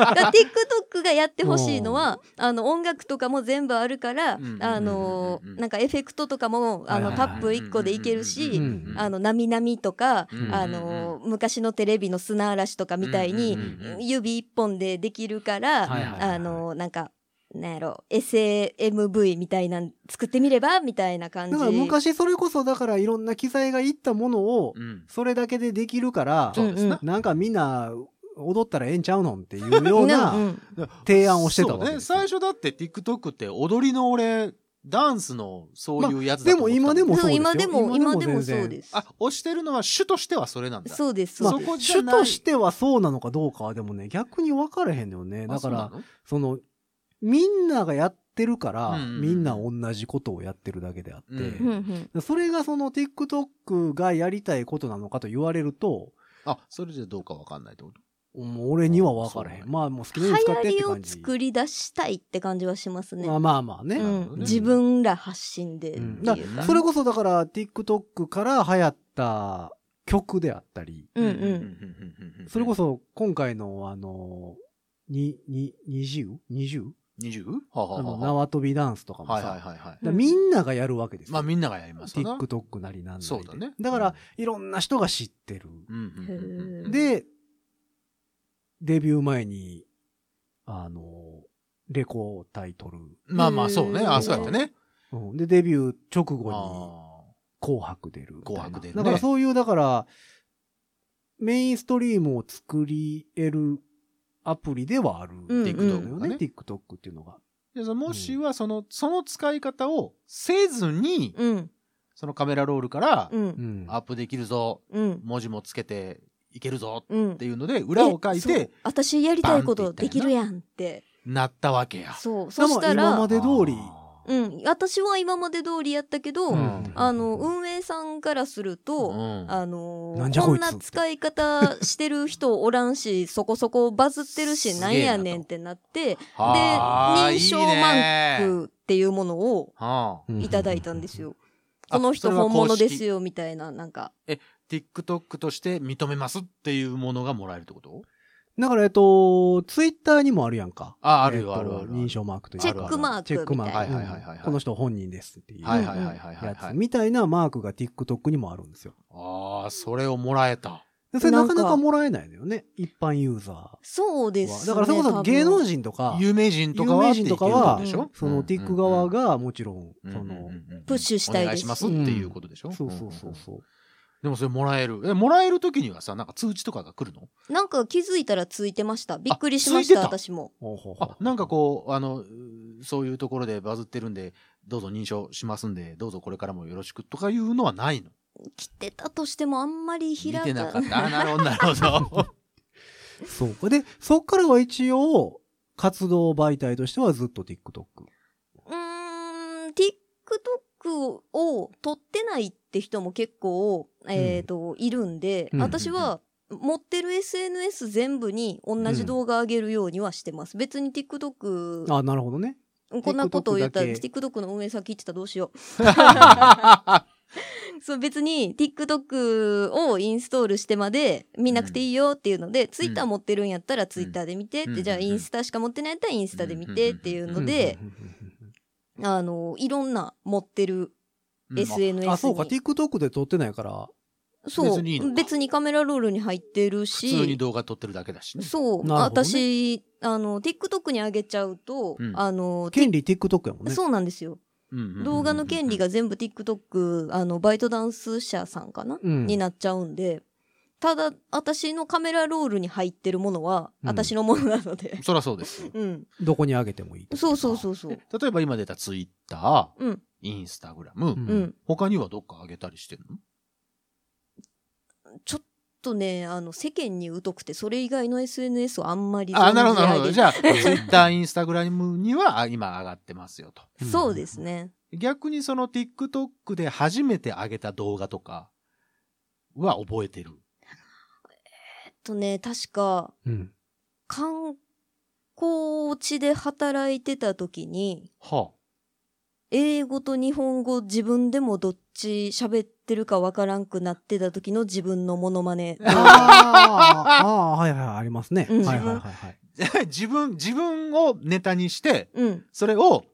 TikTok がやってほしいのは、あの音楽とかも全部あるから、 うんあのうんなんかエフェクトとかもあのはいはいはいタップいっこでいけるし、 うんあのなみなみとか、 うんあの昔のテレビの砂嵐とかみたいにうんうんうんうん指一本でできるから、 はいはいはいあのなんかなんやろ エスエムブイ みたいなん作ってみればみたいな感じ。 だから昔それこそだからいろんな機材がいったものをうんそれだけでできるから、 そうですな。 なんかみんな踊ったらええんちゃうのっていうようなうんうん提案をしてたわけそうね。 ですよ。 最初だって TikTok って踊りの俺、ダンスのそういうやつだでと思ってたも今でもそうそうですよ。 今でも今でも全然そうです。 あ、押してるのは主としてはそれなんだ。 そうです。 まあそうですそこじゃない主としてはそうなのかどうかはでもね、逆に分からへんのよね。だから、 あそうなのその、みんながやってるから、 うんうんうんみんな同じことをやってるだけであって、 うんうんうんそれがその TikTok がやりたいことなのかと言われると、 あ、それじゃどうかわかんないってこともう俺には分からへん。 そうまあもう好きなように使って流行りをって感じ。 作り出したいって感じはしますね。 まあまあまあね。 うん、 なるほどね自分ら発信でってういうんだか、 うんそれこそだから TikTok から流行った曲であったり、 うんうんんそれこそ今回のあの、に、に、にじゅう にじゅう? にじゅう? はあはあの、 あはあ縄跳びダンスとかもさ、 はいはいはいはい。 だからみんながやるわけですよ。 まあみんながやりますわな。 TikTok なりなんなりで。 そうだねだから、いろんな人が知ってる。 うんうんうんうん。 で、デビュー前に、あの、レコタイトル。 まあまあそうね。あ、そうやったね。 うんで、デビュー直後にあ紅白出るみたいな。 紅白出るねだからそういう、だから、メインストリームを作り得るアプリではある。 うん TikTok よね。 うん TikTok っていうのが。 ーでそのもしはその、その使い方をせずに、 うんそのカメラロールからううんん。 アップできるぞ、 うん文字もつけていけるぞうんっていうので、裏を書いえそうて私やりたいことできるやんってなったわけや。 そうでもそした今まらで通り、 うん私は今まで通りやったけど、 うんあの運営さんからすると、 うんあのーなんじゃこいつこんな使い方してる人おらんしそこそこバズってるしすなんげえなとやねんってなってではあ認証いいねマークっていうものをはあ、 いただいたんですよ。 あこの人それは本物公式ですよみたいななんか TikTok として認めますっていうものがもらえるってことだから、えっと、ツイッターにもあるやんか。 ああるえっとよあるあるある認証マークというかチェックマークチェックマーク。 みたいなはいはいはいはいうんこの人本人ですっていうはいはいはいはいはいやはい。 つみたいなマークが TikTok にもあるんですよ。 ああ、それをもらえた。 でそれなかななんかかもらえないのよね。一般ユーザーは。 そうです、ね、 だからそれこそ芸能人とか、 有名人とかは有名人とかはっていけることでしょその Tik 側がもちろん、 うんその、 うんうんうんプッシュしたいですお願いしますっていうことでしょそうそうそうそう。 でもそれもらえる。え、もらえるときにはさ、なんか通知とかが来るのなんか気づいたらついてましたびっくりしましたあついてた私もほうほうほうあ、なんかこう、あの、うーそういうところでバズってるんで、どうぞ認証しますんで、どうぞこれからもよろしくとかいうのはないの来てたとしてもあんまり見開かてなかった。あなるほど、なるほど。 そうか。で、そっからは一応、活動媒体としてはずっと TikTok。 うーん TikTok を撮ってないって人も結構、えーといるんで、 うん私は持ってる エスエヌエス 全部に同じ動画上げるようにはしてます、別に TikTok あ、なるほどね。 こんなことを言ったら TikTok だ TikTok の運営さん聞いてたらどうしようそう別に TikTok をインストールしてまで見なくていいよっていうので、Twitter 持ってるんやったら Twitter で見てって、 うんじゃあインスタしか持ってないやったらインスタで見てっていうので、あのいろんな持ってる エスエヌエス に、 あ、そうか。TikTok で撮ってないから、 そう別にいいのか別にカメラロールに入ってる普し通に動画撮ってるだけだしね。 そう、 なるほどね私あの TikTok に上げちゃうと、 うんあの権利 TikTok やもんね。 そうなんですよ。 うんうんうんうん、 動画の権利が全部 TikTok あのバイトダンス社さんかな、 うんになっちゃうんで、ただ私のカメラロールに入ってるものはうん私のものなので、 そりゃそうですよ。 うん、 どこに上げてもいいと。 そうそうそうそう、 例えば今出たツイッター、 うんインスタグラム、 うんうん、 他にはどっか上げたりしてるの？ ちょっとねあの世間に疎くてそれ以外の エスエヌエス をあんまりあ、なるほど、なるほど。 存じじゃあ、ツイッター、インスタグラムにはあ今上がってますよと。 上げそうですね。 逆にその TikTok で初めて上げた動画とかは覚えてる？ えっとね確かうん。 観光地で働いてた時には英語と日本語自分でもどっち喋ってるかわからんくなってた時の自分のモノマネ。 ああ、ああ、はいはい、ありますね。 うんはいはいはいはい。 あ。自分、自分をネタにして、 うん。 それを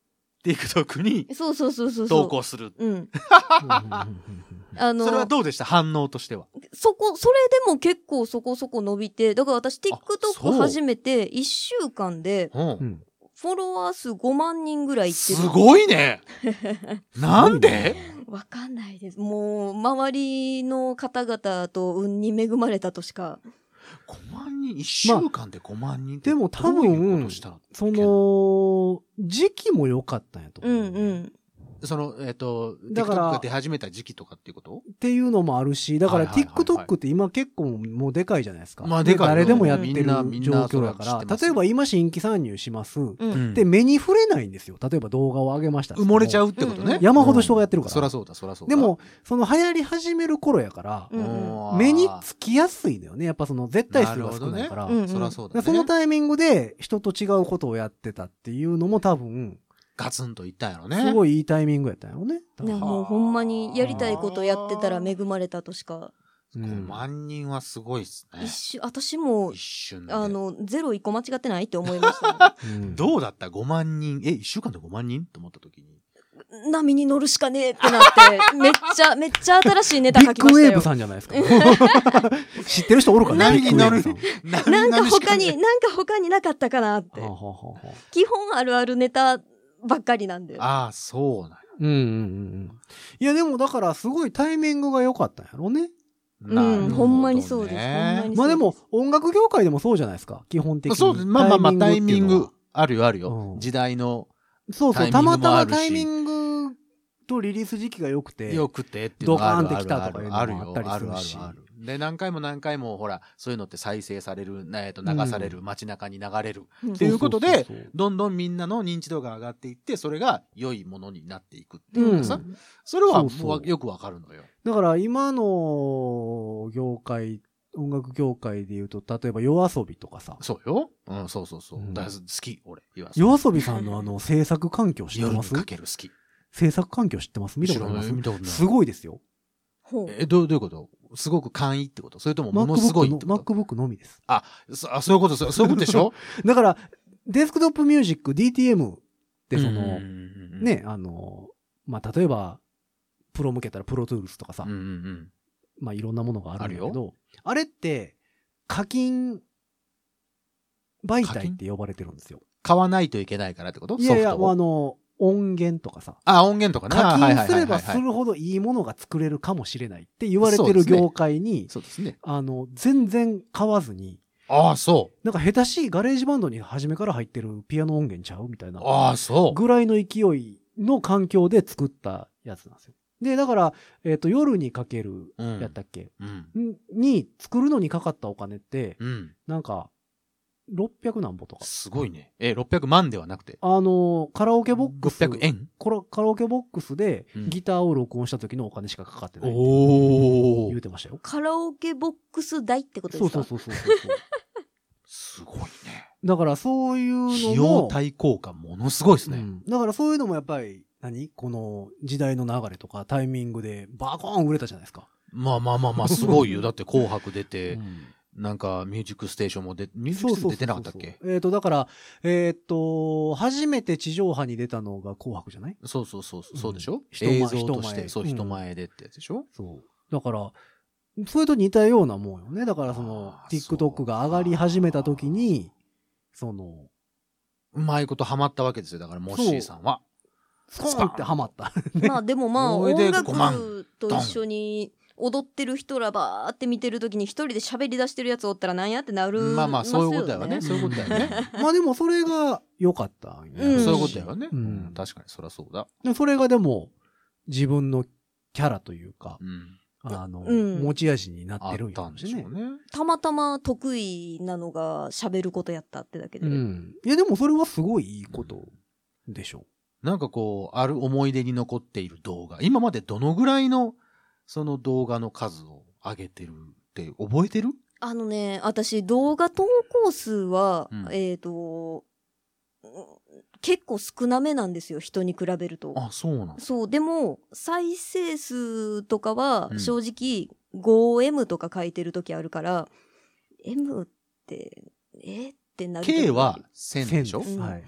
TikTok にそうそうそうそうそう。 投稿する。 うん。 うんうんうんうんあの、 それはどうでした？反応としては。 そこ、それでも結構そこそこ伸びて、だから私そう TikTok 始めていっしゅうかんでうんうんフォロワー数ごまん人ぐらいいってる。 すごいね。なんで？ わかんないです。もう、周りの方々と運に恵まれたとしか。 ごまんにん、いっしゅうかんでごまんにんってでも多どういう分ことしたの？ その、時期も良かったんやとう思う。 んうん。 その、えっ、と、 だから TikTok が出始めた時期とかっていうこと？ っていうのもあるし、だからはいはいはいはい TikTok って今結構もうでかいじゃないですか。 まあでかいよ誰でもやってるみんなみん状な況だから、 それは知ってます例えば今新規参入します。 うん。 うんで、目に触れないんですよ。例えば動画を上げましたって埋言っても。 もれちゃうってことね。 うん山ほど人がやってるから。 そらそうだ、そらそうだ。 でも、その流行り始める頃やから、 うん目につきやすいのよね。やっぱその絶対数が少ないから。 なるほどねうんそらそうだね。 でそのタイミングで人と違うことをやってたっていうのも多分、 ガツンといったんやろね。 すごいいいタイミングやったんやろね。 いやもうほんまにやりたいことやってたら恵まれたとしか。 うごんまんにんはすごいっすね一。瞬、私も一、瞬で。 あの、ゼロ一個間違ってないって思いました、 うんどうだった ?ご 万人。え、いっしゅうかんでごまん人と思った時に。 波に乗るしかねえってなって、めっちゃ、めっちゃ新しいネタビ書きましたよッグウェーブ。さんじゃないですか。知ってる人おるかな波に乗るビッグウェーブさんなんか他に、 波乗るしなんか他になかったかなっては。あはあはあはあ基本あるあるネタばっかりなんで。 かああ、そうなんや。 うんうんうんうん。いやでもだからすごいタイミングが良かったんやろね。 うんなるほどねほんまにそうですほんまにまあでも音楽業界でもそうじゃないですか。基本的に。 そうです。まあまあまあ、タイミングっていうのは。 あるよあるよ。 うん時代のそうそう。 タイミングたまたまもあるしタイミングとリリース時期が良くて。 良くてっていうのがあるドカーンってきたとかいうのもあるよ。 あったりあるあるするしある。で、何回も何回も、ほら、そういうのって再生される、えっと、流される、街中に流れる。 うんっていうことでそうそうそうそうどんどんみんなの認知度が上がっていって、それが良いものになっていくっていううんかさ、それはそうそうもうよくわかるのよ。 だから今の業界、音楽業界で言うと、例えば夜遊びとかさ。 そうよ。うん、そうそうそう。 うんだから好き、俺。言わ夜遊びさんのあの制作環境知って夜にますかける好き。 制作環境知ってます見たことあります知らない見たことないすごいですよ。 ほうえ、どうどういうことすごく簡易ってことそれともものすごいって MacBook のこと MacBook のみです。 そあ、そういうこと、そうそういうことでしょだから、デスクトップミュージック ディーティーエム ってその、 うんうんうん、 ね、あの、まあ、例えば、プロ向けたらプロトゥールスとかさ、 うんうんうん。 まあ、いろんなものがあるんだけあるど、あれって、課金媒体って呼ばれてるんですよ。 買わないといけないからってこといやいや、もうソフトをあの、音源とかさ、 あ、音源とかね。 課あはいはい金すればはいはいはいするほどいいものが作れるかもしれないって言われてる業界に、 そうですね。 あの、全然買わずに、 ああ、そなんか下手しいガレージバンドに初めから入ってるピアノ音源ちゃうみたいなう。。ああ、そう。 ぐらいの勢いの環境で作ったやつなんですよ。で、だから、えっ、と、夜にかける、 うんやったっけ、 うん。 んに、作るのにかかったお金って、 うん。 なんか、ろっぴゃくなんぼとか。 すごいね。え、ろっぴゃくまんではなくて。 あの、カラオケボックス。 ろっぴゃくえんこれカラオケボックスでうんギターを録音した時のお金しかかかってないってお言うてましたよ。 カラオケボックス代ってことですか？ そうそうそうそうそう。 すごいね。 だからそういう費のも、 用対効果ものすごいですね。 うんだからそういうのもやっぱり、何この時代の流れとかタイミングでバコーン売れたじゃないですか。 まあまあまあまあ、すごいよ。だって紅白出て、 うんなんかミュージックステーションも出、ミュージックステーション出てなかったっけえっ、と、だから、えっ、と、初めて地上波に出たのが紅白じゃないそうそうそう、そうでしょ、 人前映像として、そう、 人前うん人前でってやつでしょ、 そう。だから、 それと似たようなもんよね。だからその、 あー TikTok が上がり始めた時に、その、 うまいことハマったわけですよ。だから、モッシーさんは。 スコーンってハマった。 まあでもまあこれで音ごまん楽と一緒に踊ってる人らばーって見てるときに一人で喋り出してるやつおったらなんやってなるまあまあ、そういうことだよね。 ますそういうことだよね。 まあでもそれが良かったんやうんそういうことだよね。 ううんん。確かに、そりゃそうだ。 でそれがでも、自分のキャラというかう、ん。 あの、 うん持ち味になあってるんやったんろうしねでしょうね。 たまたま得意なのが喋ることやったってだけで、 うん。いやでもそれはすごいいいことでしょなんかこう、ある思い出に残っている動画。今までどのぐらいの、その動画の数を上げてるって覚えてる？ あのね私動画投稿数は、 うんえっ、とうん結構少なめなんですよ人に比べると。 あ、そうなん。 そうでも再生数とかはうん正直 ごエム とか書いてる時あるから、M ってえってなる時 K はせんでしょせんですはい。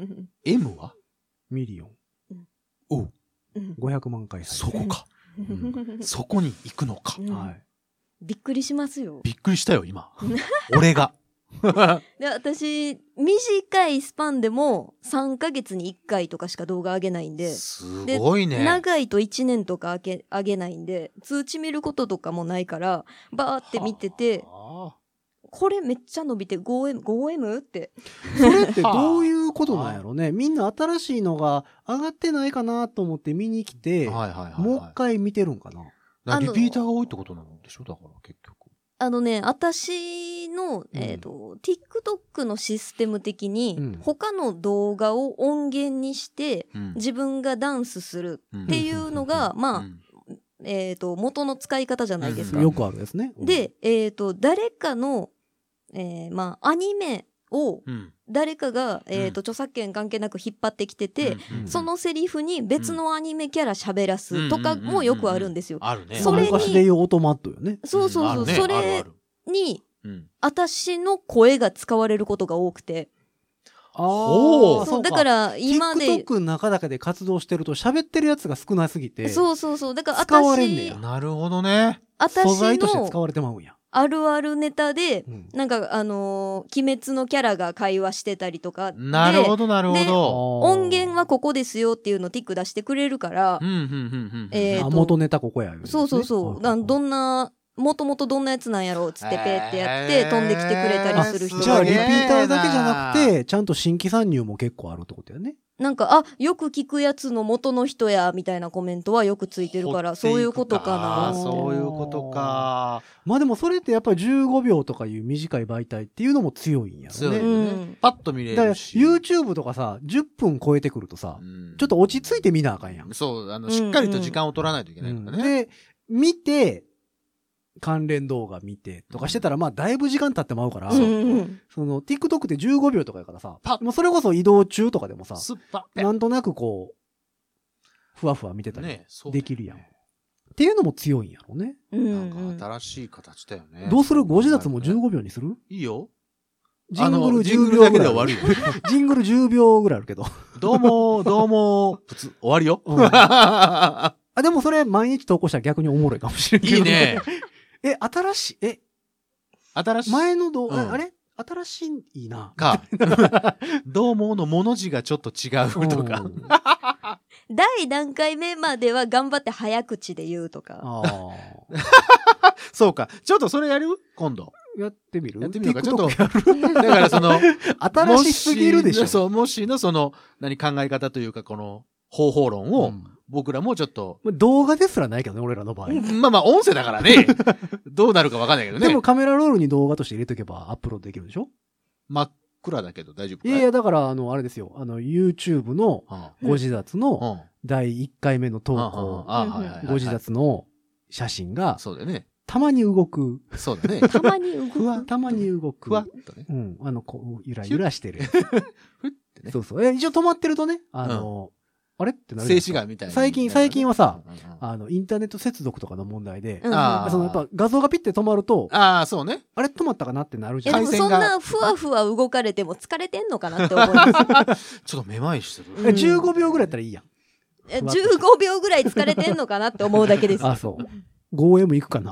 ?M はミリオン。 おううんごひゃくまん回再生。 そこか。そこに行くのか。 うんはい。 びっくりしますよ。 びっくりしたよ、今。俺が。 で私短いスパンでもさんかげつにいっかいとかしか動画上げないんで、 すごいね。 長いといちねんとか上げ上げないんで通知見ることとかもないからバーって見ててはこれめっちゃ伸びて ごエム、ごエム ってそれってどういうことなんやろね。みんな新しいのが上がってないかなと思って見に来て、 あはいはいはいはい。 もう一回見てるんかな。 だからリピーターが多いってことなんでしょだから結局。 あのね私の、えーと TikTok のシステム的に、 うん他の動画を音源にしてうん自分がダンスするっっていうのが、まあ、 うんえーと元の使い方じゃないですか。 うんよくあるですね。 で、えーと誰かの、えーまあ、アニメをうん誰かが、えーと著作権関係なく引っ張ってきてて、 うんそのセリフに別のアニメキャラ喋らすとかもよくあるんですよ。 あるね。 それに昔で言うオートマットよね。 そうそうそう、 んあるねそあるあれるにうん私の声が使われることが多くて、 あおーあ、 そうだから今で TikTok の中だけで活動してると喋ってるやつが少なすぎて、 そうそうそうだから使われんね私やなるほどね。 私素材として使のわれてまうんや。 あるあるネタでうんなんかあのー鬼滅のキャラが会話してたりとかでなるほどなるほど。 音源はここですよっていうのをティック出してくれるからうんうんうんうん。 えーとあ元ネタここや、ね。 そうそうそうだどんなもともとどんなやつなんやろうっつってペーってやってへー飛んできてくれたりする人がじゃあリピすげえーターだけじゃなくて、ちゃんと新規参入も結構あるってことやね。 なんかあよく聞くやつの元の人やみたいなコメントはよくついてるからそういうことかなあーそういうことか。 まあでもそれってやっぱりじゅうごびょうとかいう短い媒体っていうのも強いんやろ強いよね。 うんね。パッと見れだからるし。 YouTube とかさ、じゅっぷん超えてくるとさ、 うんちょっと落ち着いて見なあかんやん。 そう、あの、しっかりと時間を取らないといけないからね。 で、見て、関連動画見てとかしてたら、まあだいぶ時間経ってまうから、 うんうんその TikTok ってじゅうごびょうとかやからさパッ、 もうそれこそ移動中とかでもさ、 スッパッなんとなくこう、ふわふわ見てたりねそうできるやん。っていうのも強いんやろね。 うんなんか新しい形だよね。 どうするご自立もじゅうごびょうにするいいよ。 ジングルあの 10秒ジングルだけぐらい。 で終わるよ。 ジングルじゅうびょうぐらいあるけど。 どうも、どうも、プツ、終わりよ。 うんあ、でもそれ毎日投稿したら逆におもろいかもしれんけど。 いいね。 え、新しい、え、 新しい。 前の動画、 うんあれ新しいいいな。 か、どうもの文字がちょっと違うとかう。ん第何回目までは頑張って早口で言うとかあそうか。ちょっとそれやる今度。 あ。やってみるやってみようか。ちょっと。 TikTok やるだからその、 新しすぎるでしょ。 もそう、もしのその、何考え方というか、この方法論を、 うん僕らもちょっと、 まあ動画ですらないけどね、俺らの場合。 まあまあ音声だからね、どうなるかわかんないけどね。 でもカメラロールに動画として入れとけばアップロードできるでしょ。 真っ暗だけど大丈夫かいやいや、だから、あの、あれですよ。あの、YouTube のうんご自立うのん。 だいいっかいめの投うんうん稿、 あはいはいはいはいご自立の写真がそうだよね。 たまに動く。 そうだね。 たまに動ふわ、 くたまに動く。 ふわっとね。 うん。あの、こう、ゆらゆらしてる。 ふってね。 そうそう。え、一応止まってるとね、あの、あれってなるじゃないですか静止画みたいな。 最近、最近はさ、 うんうんうんあの、インターネット接続とかの問題で、 うんあーそのやっぱ画像がピッて止まると、 ああ、そうね。 あれ止まったかなってなるじえゃん。 回線がでもそんなふわふわ動かれても疲れてんのかなって思いますちょっとめまいしてる。 うんえじゅうごびょうぐらいやったらいいやん。 えじゅうごびょうぐらい疲れてんのかなって思うだけですあ、そう。ごエム いくかな。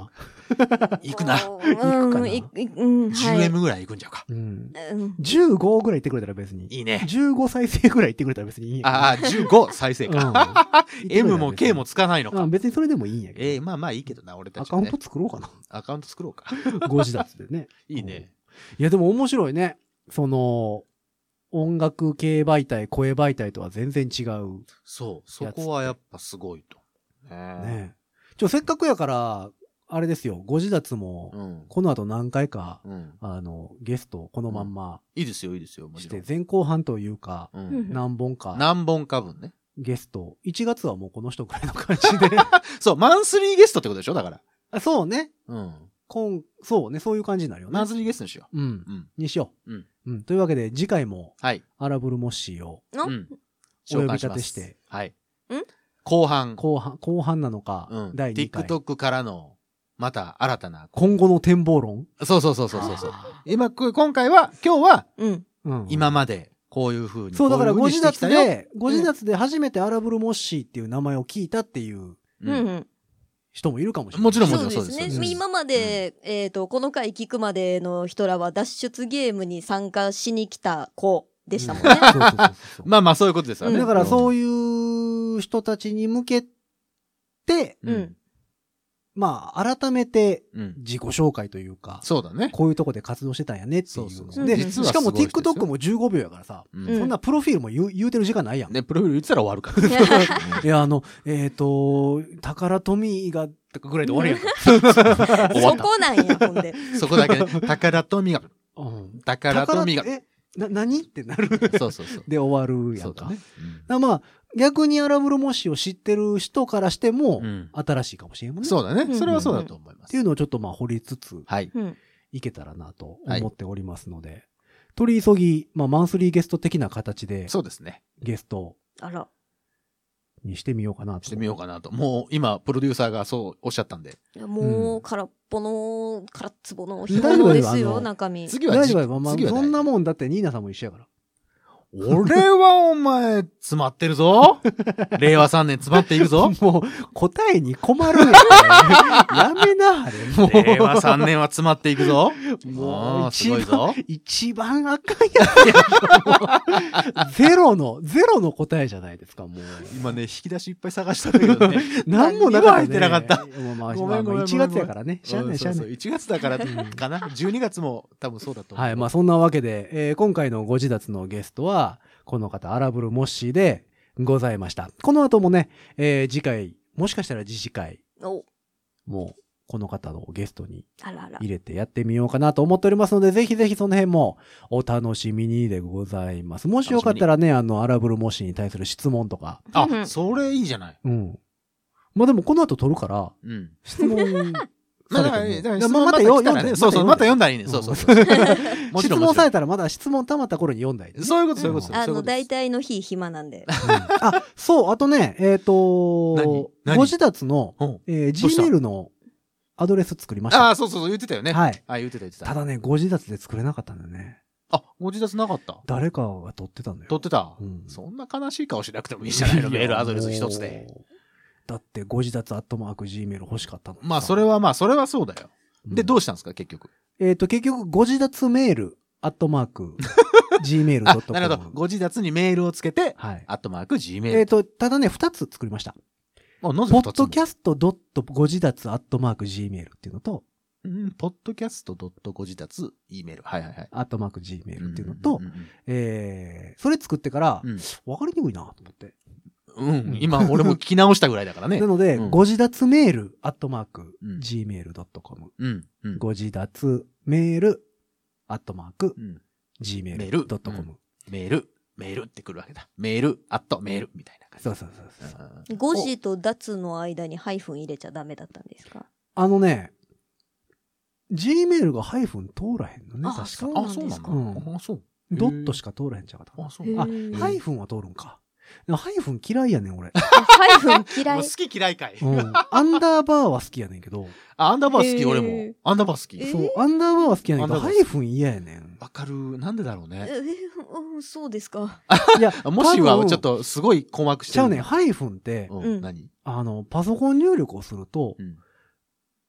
行くな。 うん、 行くかないいうん、 じゅうエム ぐらい行くんちゃうか。 うん。 うんじゅうごぐらい言ってくれたら別に。 いいね。 じゅうご再生ぐらい言ってくれたら別にいいんやけど。 ああ、じゅうご再生か。 うん M も K もつかないのか。 うん別にそれでもいいんやけど。 ええ、まあまあいいけどな、俺たちはねアカウント。作ろうかな。 アカウント作ろうか。 ご自立でね。 いいね。 いやでも面白いね。その、音楽系媒体、声媒体とは全然違う。 そう。そこはやっぱすごいと。ねね。ちょ、せっかくやから、あれですよ、ご自立も、 うん。 この後何回か、 うん。 あの、ゲストこのまんまいいですよ、いいですよ。もして、 ちろん。 前後半というか、 ううんん。 何本か何本か分ね。 ゲスト、いちがつはもうこの人くらいの感じで。 そう、マンスリーゲストってことでしょだから。 あそうね。 うん。 今、そうね、そういう感じになるよねマン。スリーゲストにしようんう。。うん。 にしようん。 う。うん。というわけで、次回も、 はい。 アラブルモッシーをのうん。 お呼び召喚します立てして、 はい。 ん後半。 後半、後半なのか、 うん。 だいにかい。 TikTok からの、また新たな。 今後の展望論そうそうそうそうそうそう。 あ今、こ今回は、今日は、 うん。 ーうん。 今まで、こういう風に。 そう、だからこういうご自風にしてきたよ。 立で、ご自立で初めてアラブルモッシーっていう名前を聞いたっていうううんん。 うん。 人もいるかもしれない。 もちろんもそうちろんそうですですね。今まで、えっと、この回聞くまでの人らは脱出ゲームに参加しに来た子でしたもんね。 そうそうそうそうまあまあ、そういうことですよね。 だからそういいう人たちに向けて、 うん。 うんまあ、改めてうん。 自己紹介というか、 そうだね。 こういうとこで活動してたんやねっていうの。 そうそうそうで、 実はしかもすごい人ですよ TikTok もじゅうごびょうやからさ、 うんうんそんなプロフィールも言う言うてる時間ないやん。 ね、プロフィール言ってたら終わるから。 いや、あの、えっ、と、宝富が、とかぐらいで終わるやんか。 終わったそこなんや、ほんで。 そこだけ、宝富が、 うん宝富が。 え、な、何ってなる。 そうそうそう。 で終わるやか。 そうんだね。 だからまあ、逆にアラブルモッシーを知ってる人からしてもう、ん。 新しいかもしれんもんね。 そうだね。 うんそれはそうだと思います。 っていうのをちょっとまあ掘りつつはい。 うん。 いけたらなとはい思っておりますので、取り急ぎ、まあマンスリーゲスト的な形でそうですね。 ゲストあら。 にしてみようかなと。 してみようかなと。もう今、プロデューサーがそうおっしゃったんで。 いやもう、空っぽの、空っつぼの大丈夫紐ですよ、 ですあの中身。 次はじ大丈夫よ。まあ、 次はそんなももんだってニーナさんも一緒やから。 俺はお前、詰まってるぞ。令和さんねん詰まっていくぞ。 もう、答えに困るやん。やめな、あれ。もう。 令和さんねんは詰まっていくぞ。 もうあーすごいぞ。 一番あかんやつやんもうゼロの、ゼロの答えじゃないですか、もう。 今ね、引き出しいっぱい探したんだけどね。 なんもなかった、ね。 何にも入ってなかった。 もうまあ、 ごめんごめんまあいちがつやからね。しゃあない、しゃあない。 そうそういちがつだからかな。じゅうにがつも多分そうだと思う。 はい。まあ、そんなわけで、えー今回のご自立のゲストは、この方、アラブルモッシーでございました。この後もね、えー次回、もしかしたら次次回、 お、 もう、この方のゲストにあらあら。 入れてやってみようかなと思っておりますので、ぜひぜひその辺もお楽しみにでございます。もしよかったらね、あの、アラブルモッシーに対する質問とか、 あう、んそれいいじゃない。 うん。まあでもこの後撮るから、 うん。 質問まあ、 されても、 だから、だからいや質問またよ来たらね。そうそう、また読んだらいいね。そうそうそう。もち質ろん。 問されたたらまだ質問たまった頃に読んだりね、 そういうこと、そういうこと。 あの、 そういうことです大体の日暇なんで。 あ、そう、あとね、えっ、と何何ご自立の、 うんえー、 どうした Gmail のアドレス作りました。 ああ、そうそうそう、言ってたよね。 はい。 あ、言ってた言ってた。 ただね、ご自立で作れなかったんだよね。 あ、ご自立なかった。 誰かが取ってたんだよ。 取ってたうん。 そんな悲しい顔しなくてもいいじゃないの、メールアドレス一つで。 もう。だって、ご自立アットマーク Gmail 欲しかったのにさ。 まあ、それはまあ、それはそうだよ。で、どううしたんですか、結局。 えっ、と、結局、ご自立メール、アットマーク、gmail ドットコム。 なるほど。ご自立にメールをつけて、 はい。 アットマーク、 えっ、 Gmail。 と、ただね、二つ作りました。 あ、なぜポッ二つドキャストドットご自立アットマーク Gmail っていうのと、 うん、ポッドキャストドットご自立、E メール。はいはいはい。 アットマーク Gmail っていうのとん、んえー、それ作ってからう、んわかりにくいなと思って。 うん、うん今、俺も聞き直したぐらいだからねな。ので、 うんご自立メール、アットマーク、 うん gmail ドットコム。 うん、うん。 ご自立メール、アットマークう、んメ gmail ールドットコム。 メール、メールってくるわけだ。メール、アット、メール、みたいな感じ。 そうそうそうそう。 うん誤字と脱の間にハイフン入れちゃダメだったんですか？ あのね、gmail がハイフン通らへんのね、 あ確か。 あ、そうなんだ。 うんあ、そう。 ドットしか通らへんちゃうかったかなあ、そうへーあなんだ。 ハイフンは通るんか。でもハイフン嫌いやねん、俺。 ハイフン嫌いもう。好き嫌いかい。 うん。アンダーバーは好きやねんけど、 あ、アンダーバー好き、 へー俺も。アンダーバー好き。 えそう、アンダーバーは好きやねんけど、 アンダーバーハイフン嫌やねん。 わかる。なんでだろうね。 えうんそうですか。 いや、 あもしは多分ちょっとすごい困惑してる。 ちゃうねん、ハイフンって、 う。 うんん何あの、パソコン入力をすると、 うん。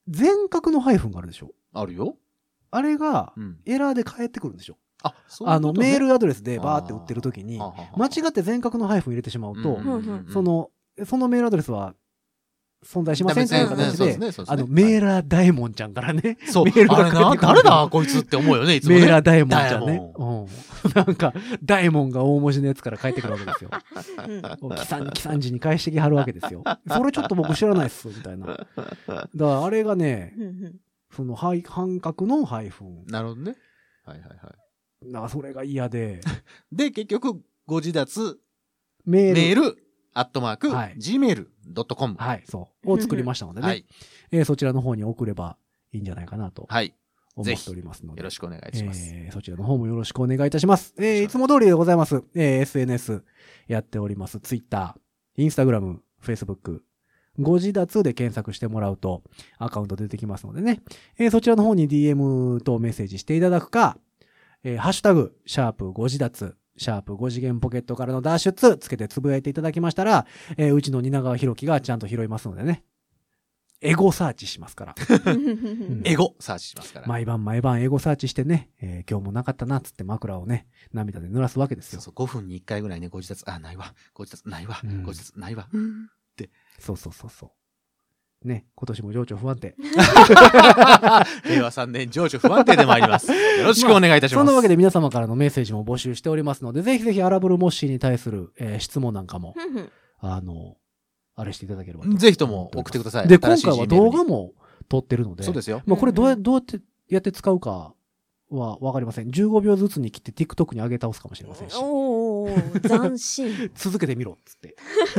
全角のハイフンがあるでしょ。 あるよ。 あれがうん。 エラーで返ってくるんでしょ。 あ、そういうあの、 ことねメールアドレスでバーって打ってる時に、 あーははは間違って全角のハイフン入れてしまうと、 うんうんうんその、そのメールアドレスは存在しませんというダメ形で、 そうですねそうですねあの、メーラー大門ちゃんからね、 そう、 メールがあれな、 かかってくる誰だこいつって思うよね、いつもね。 メーラー大門ちゃんね。 ダイヤモうん。なんか、大門が大文字のやつから返ってくるわけですよ。 うんキサン、キサンジに返してきはるわけですよ。それちょっと僕知らないっす、みたいな。だからあれがね、 うんうんその、半半角のハイフン。 なるほどね。はいはいはい。 だからそれが嫌で、 で、結局、ご自立、 メール。 メール、アットマーク、 はいジーメールドットコム。 はい、そう。を作りましたのでね。 はい。 えーそちらの方に送ればいいんじゃないかなとはい。 思っておりますので。 よろしくお願いします。 えーそちらの方もよろしくお願いいたします。えーいつも通りでございます。えー エスエヌエス やっております。Twitter、Instagram、Facebook、ご自立で検索してもらうとアカウント出てきますのでね。えーそちらの方に ディーエム とメッセージしていただくか、えーハッシュタグ、シャープご自立、シャープご次元ポケットからの脱出つけてつぶやいていただきましたら、えーうちの蜷川博樹がちゃんと拾いますのでね。エゴサーチしますから。んエゴ、サーチしますから。 毎晩毎晩エゴサーチしてね、えー今日もなかったなっつって枕をね、涙で濡らすわけですよ。 そうそう、ごふんにいっかいぐらいね、ご自立、あ、ないわ。ご自立、ないわ。 うんご自立、ないわ。 そうそうそうそう。ね、今年も情緒不安定。 れいわさんねん情緒不安定で参ります。よろしくお願いいたします。 そんなわけで皆様からのメッセージも募集しておりますので、ぜひぜひアラブルモッシーに対する、えー質問なんかも、 うんうんあの、あれしていただければと。 ぜひとも送ってください。 で、 新しい今回は Gmail に動画も撮ってるので、 そうですよ。 まあこれどうや、 うんうんどうやってやって使うかはわかりません。じゅうごびょうずつに切って TikTok に上げ倒すかもしれませんし、 おー、斬新。 続けてみろっつって。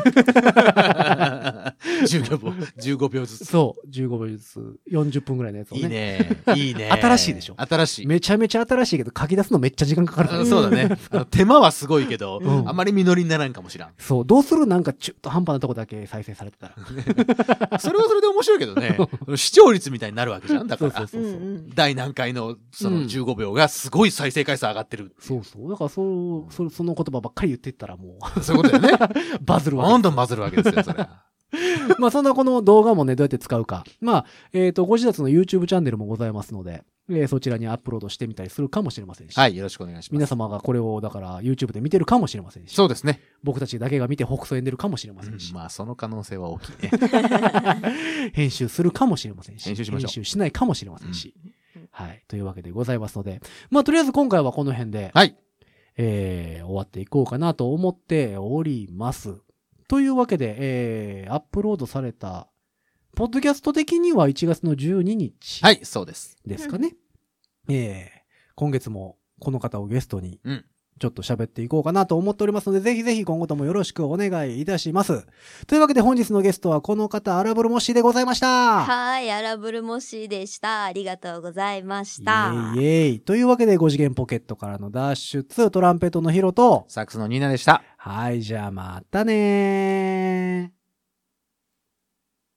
じゅうごびょう、じゅうごびょうずつ。 そう、じゅうごびょうずつよんじゅっぷんぐらいのやつをね。 いいね。いいね。 新しいでしょ新しい。 めちゃめちゃ新しいけど書き出すのめっちゃ時間かかるからあそうだね。あの手間はすごいけど、 うんあまり実りにならんかもしらん。 そう、どうするなんか中途半端なとこだけ再生されてたら。 それはそれで面白いけどね。視聴率みたいになるわけじゃん。だから。 そうそうそうそう。 うんうん第何回のそうんのじゅうごびょうがすごい再生回数上がってる。 そうそう。だからそう、そその言葉ばっかり言ってったらもそういうことだよね。 う、バズるわけどんどんバズるわけですよ、それは。 まあそんなこの動画もね、どうやって使うか。まあ、えっ、と、ご自立の YouTube チャンネルもございますので、えーそちらにアップロードしてみたりするかもしれませんし。 はい、よろしくお願いします。 皆様がこれを、だから YouTube で見てるかもしれませんし。 そうですね。 僕たちだけが見て北斎んでるかもしれませんし。 まあ、その可能性は大きいね。 編集するかもしれませんし。 編集しましょう編集しないかもしれませんし。はい。というわけでございますので、まあとりあえず今回はこの辺で、 はい。 えー終わっていこうかなと思っております。というわけで、えーアップロードされた、ポッドキャスト的にはいちがつのじゅうににちはい、そうです。 ですかね。えー今月もこの方をゲストにうん。 ちょっと喋っていこうかなと思っておりますので、ぜひぜひ今後ともよろしくお願いいたします。というわけで本日のゲストはこの方、アラブルモッシーでございました。 はい、アラブルモシーでした。ありがとうございました。 イエイイエイ。というわけでご次元ポケットからの脱出、トランペットのヒロと、 サックスのニーナでした。 はい、じゃあまたねー。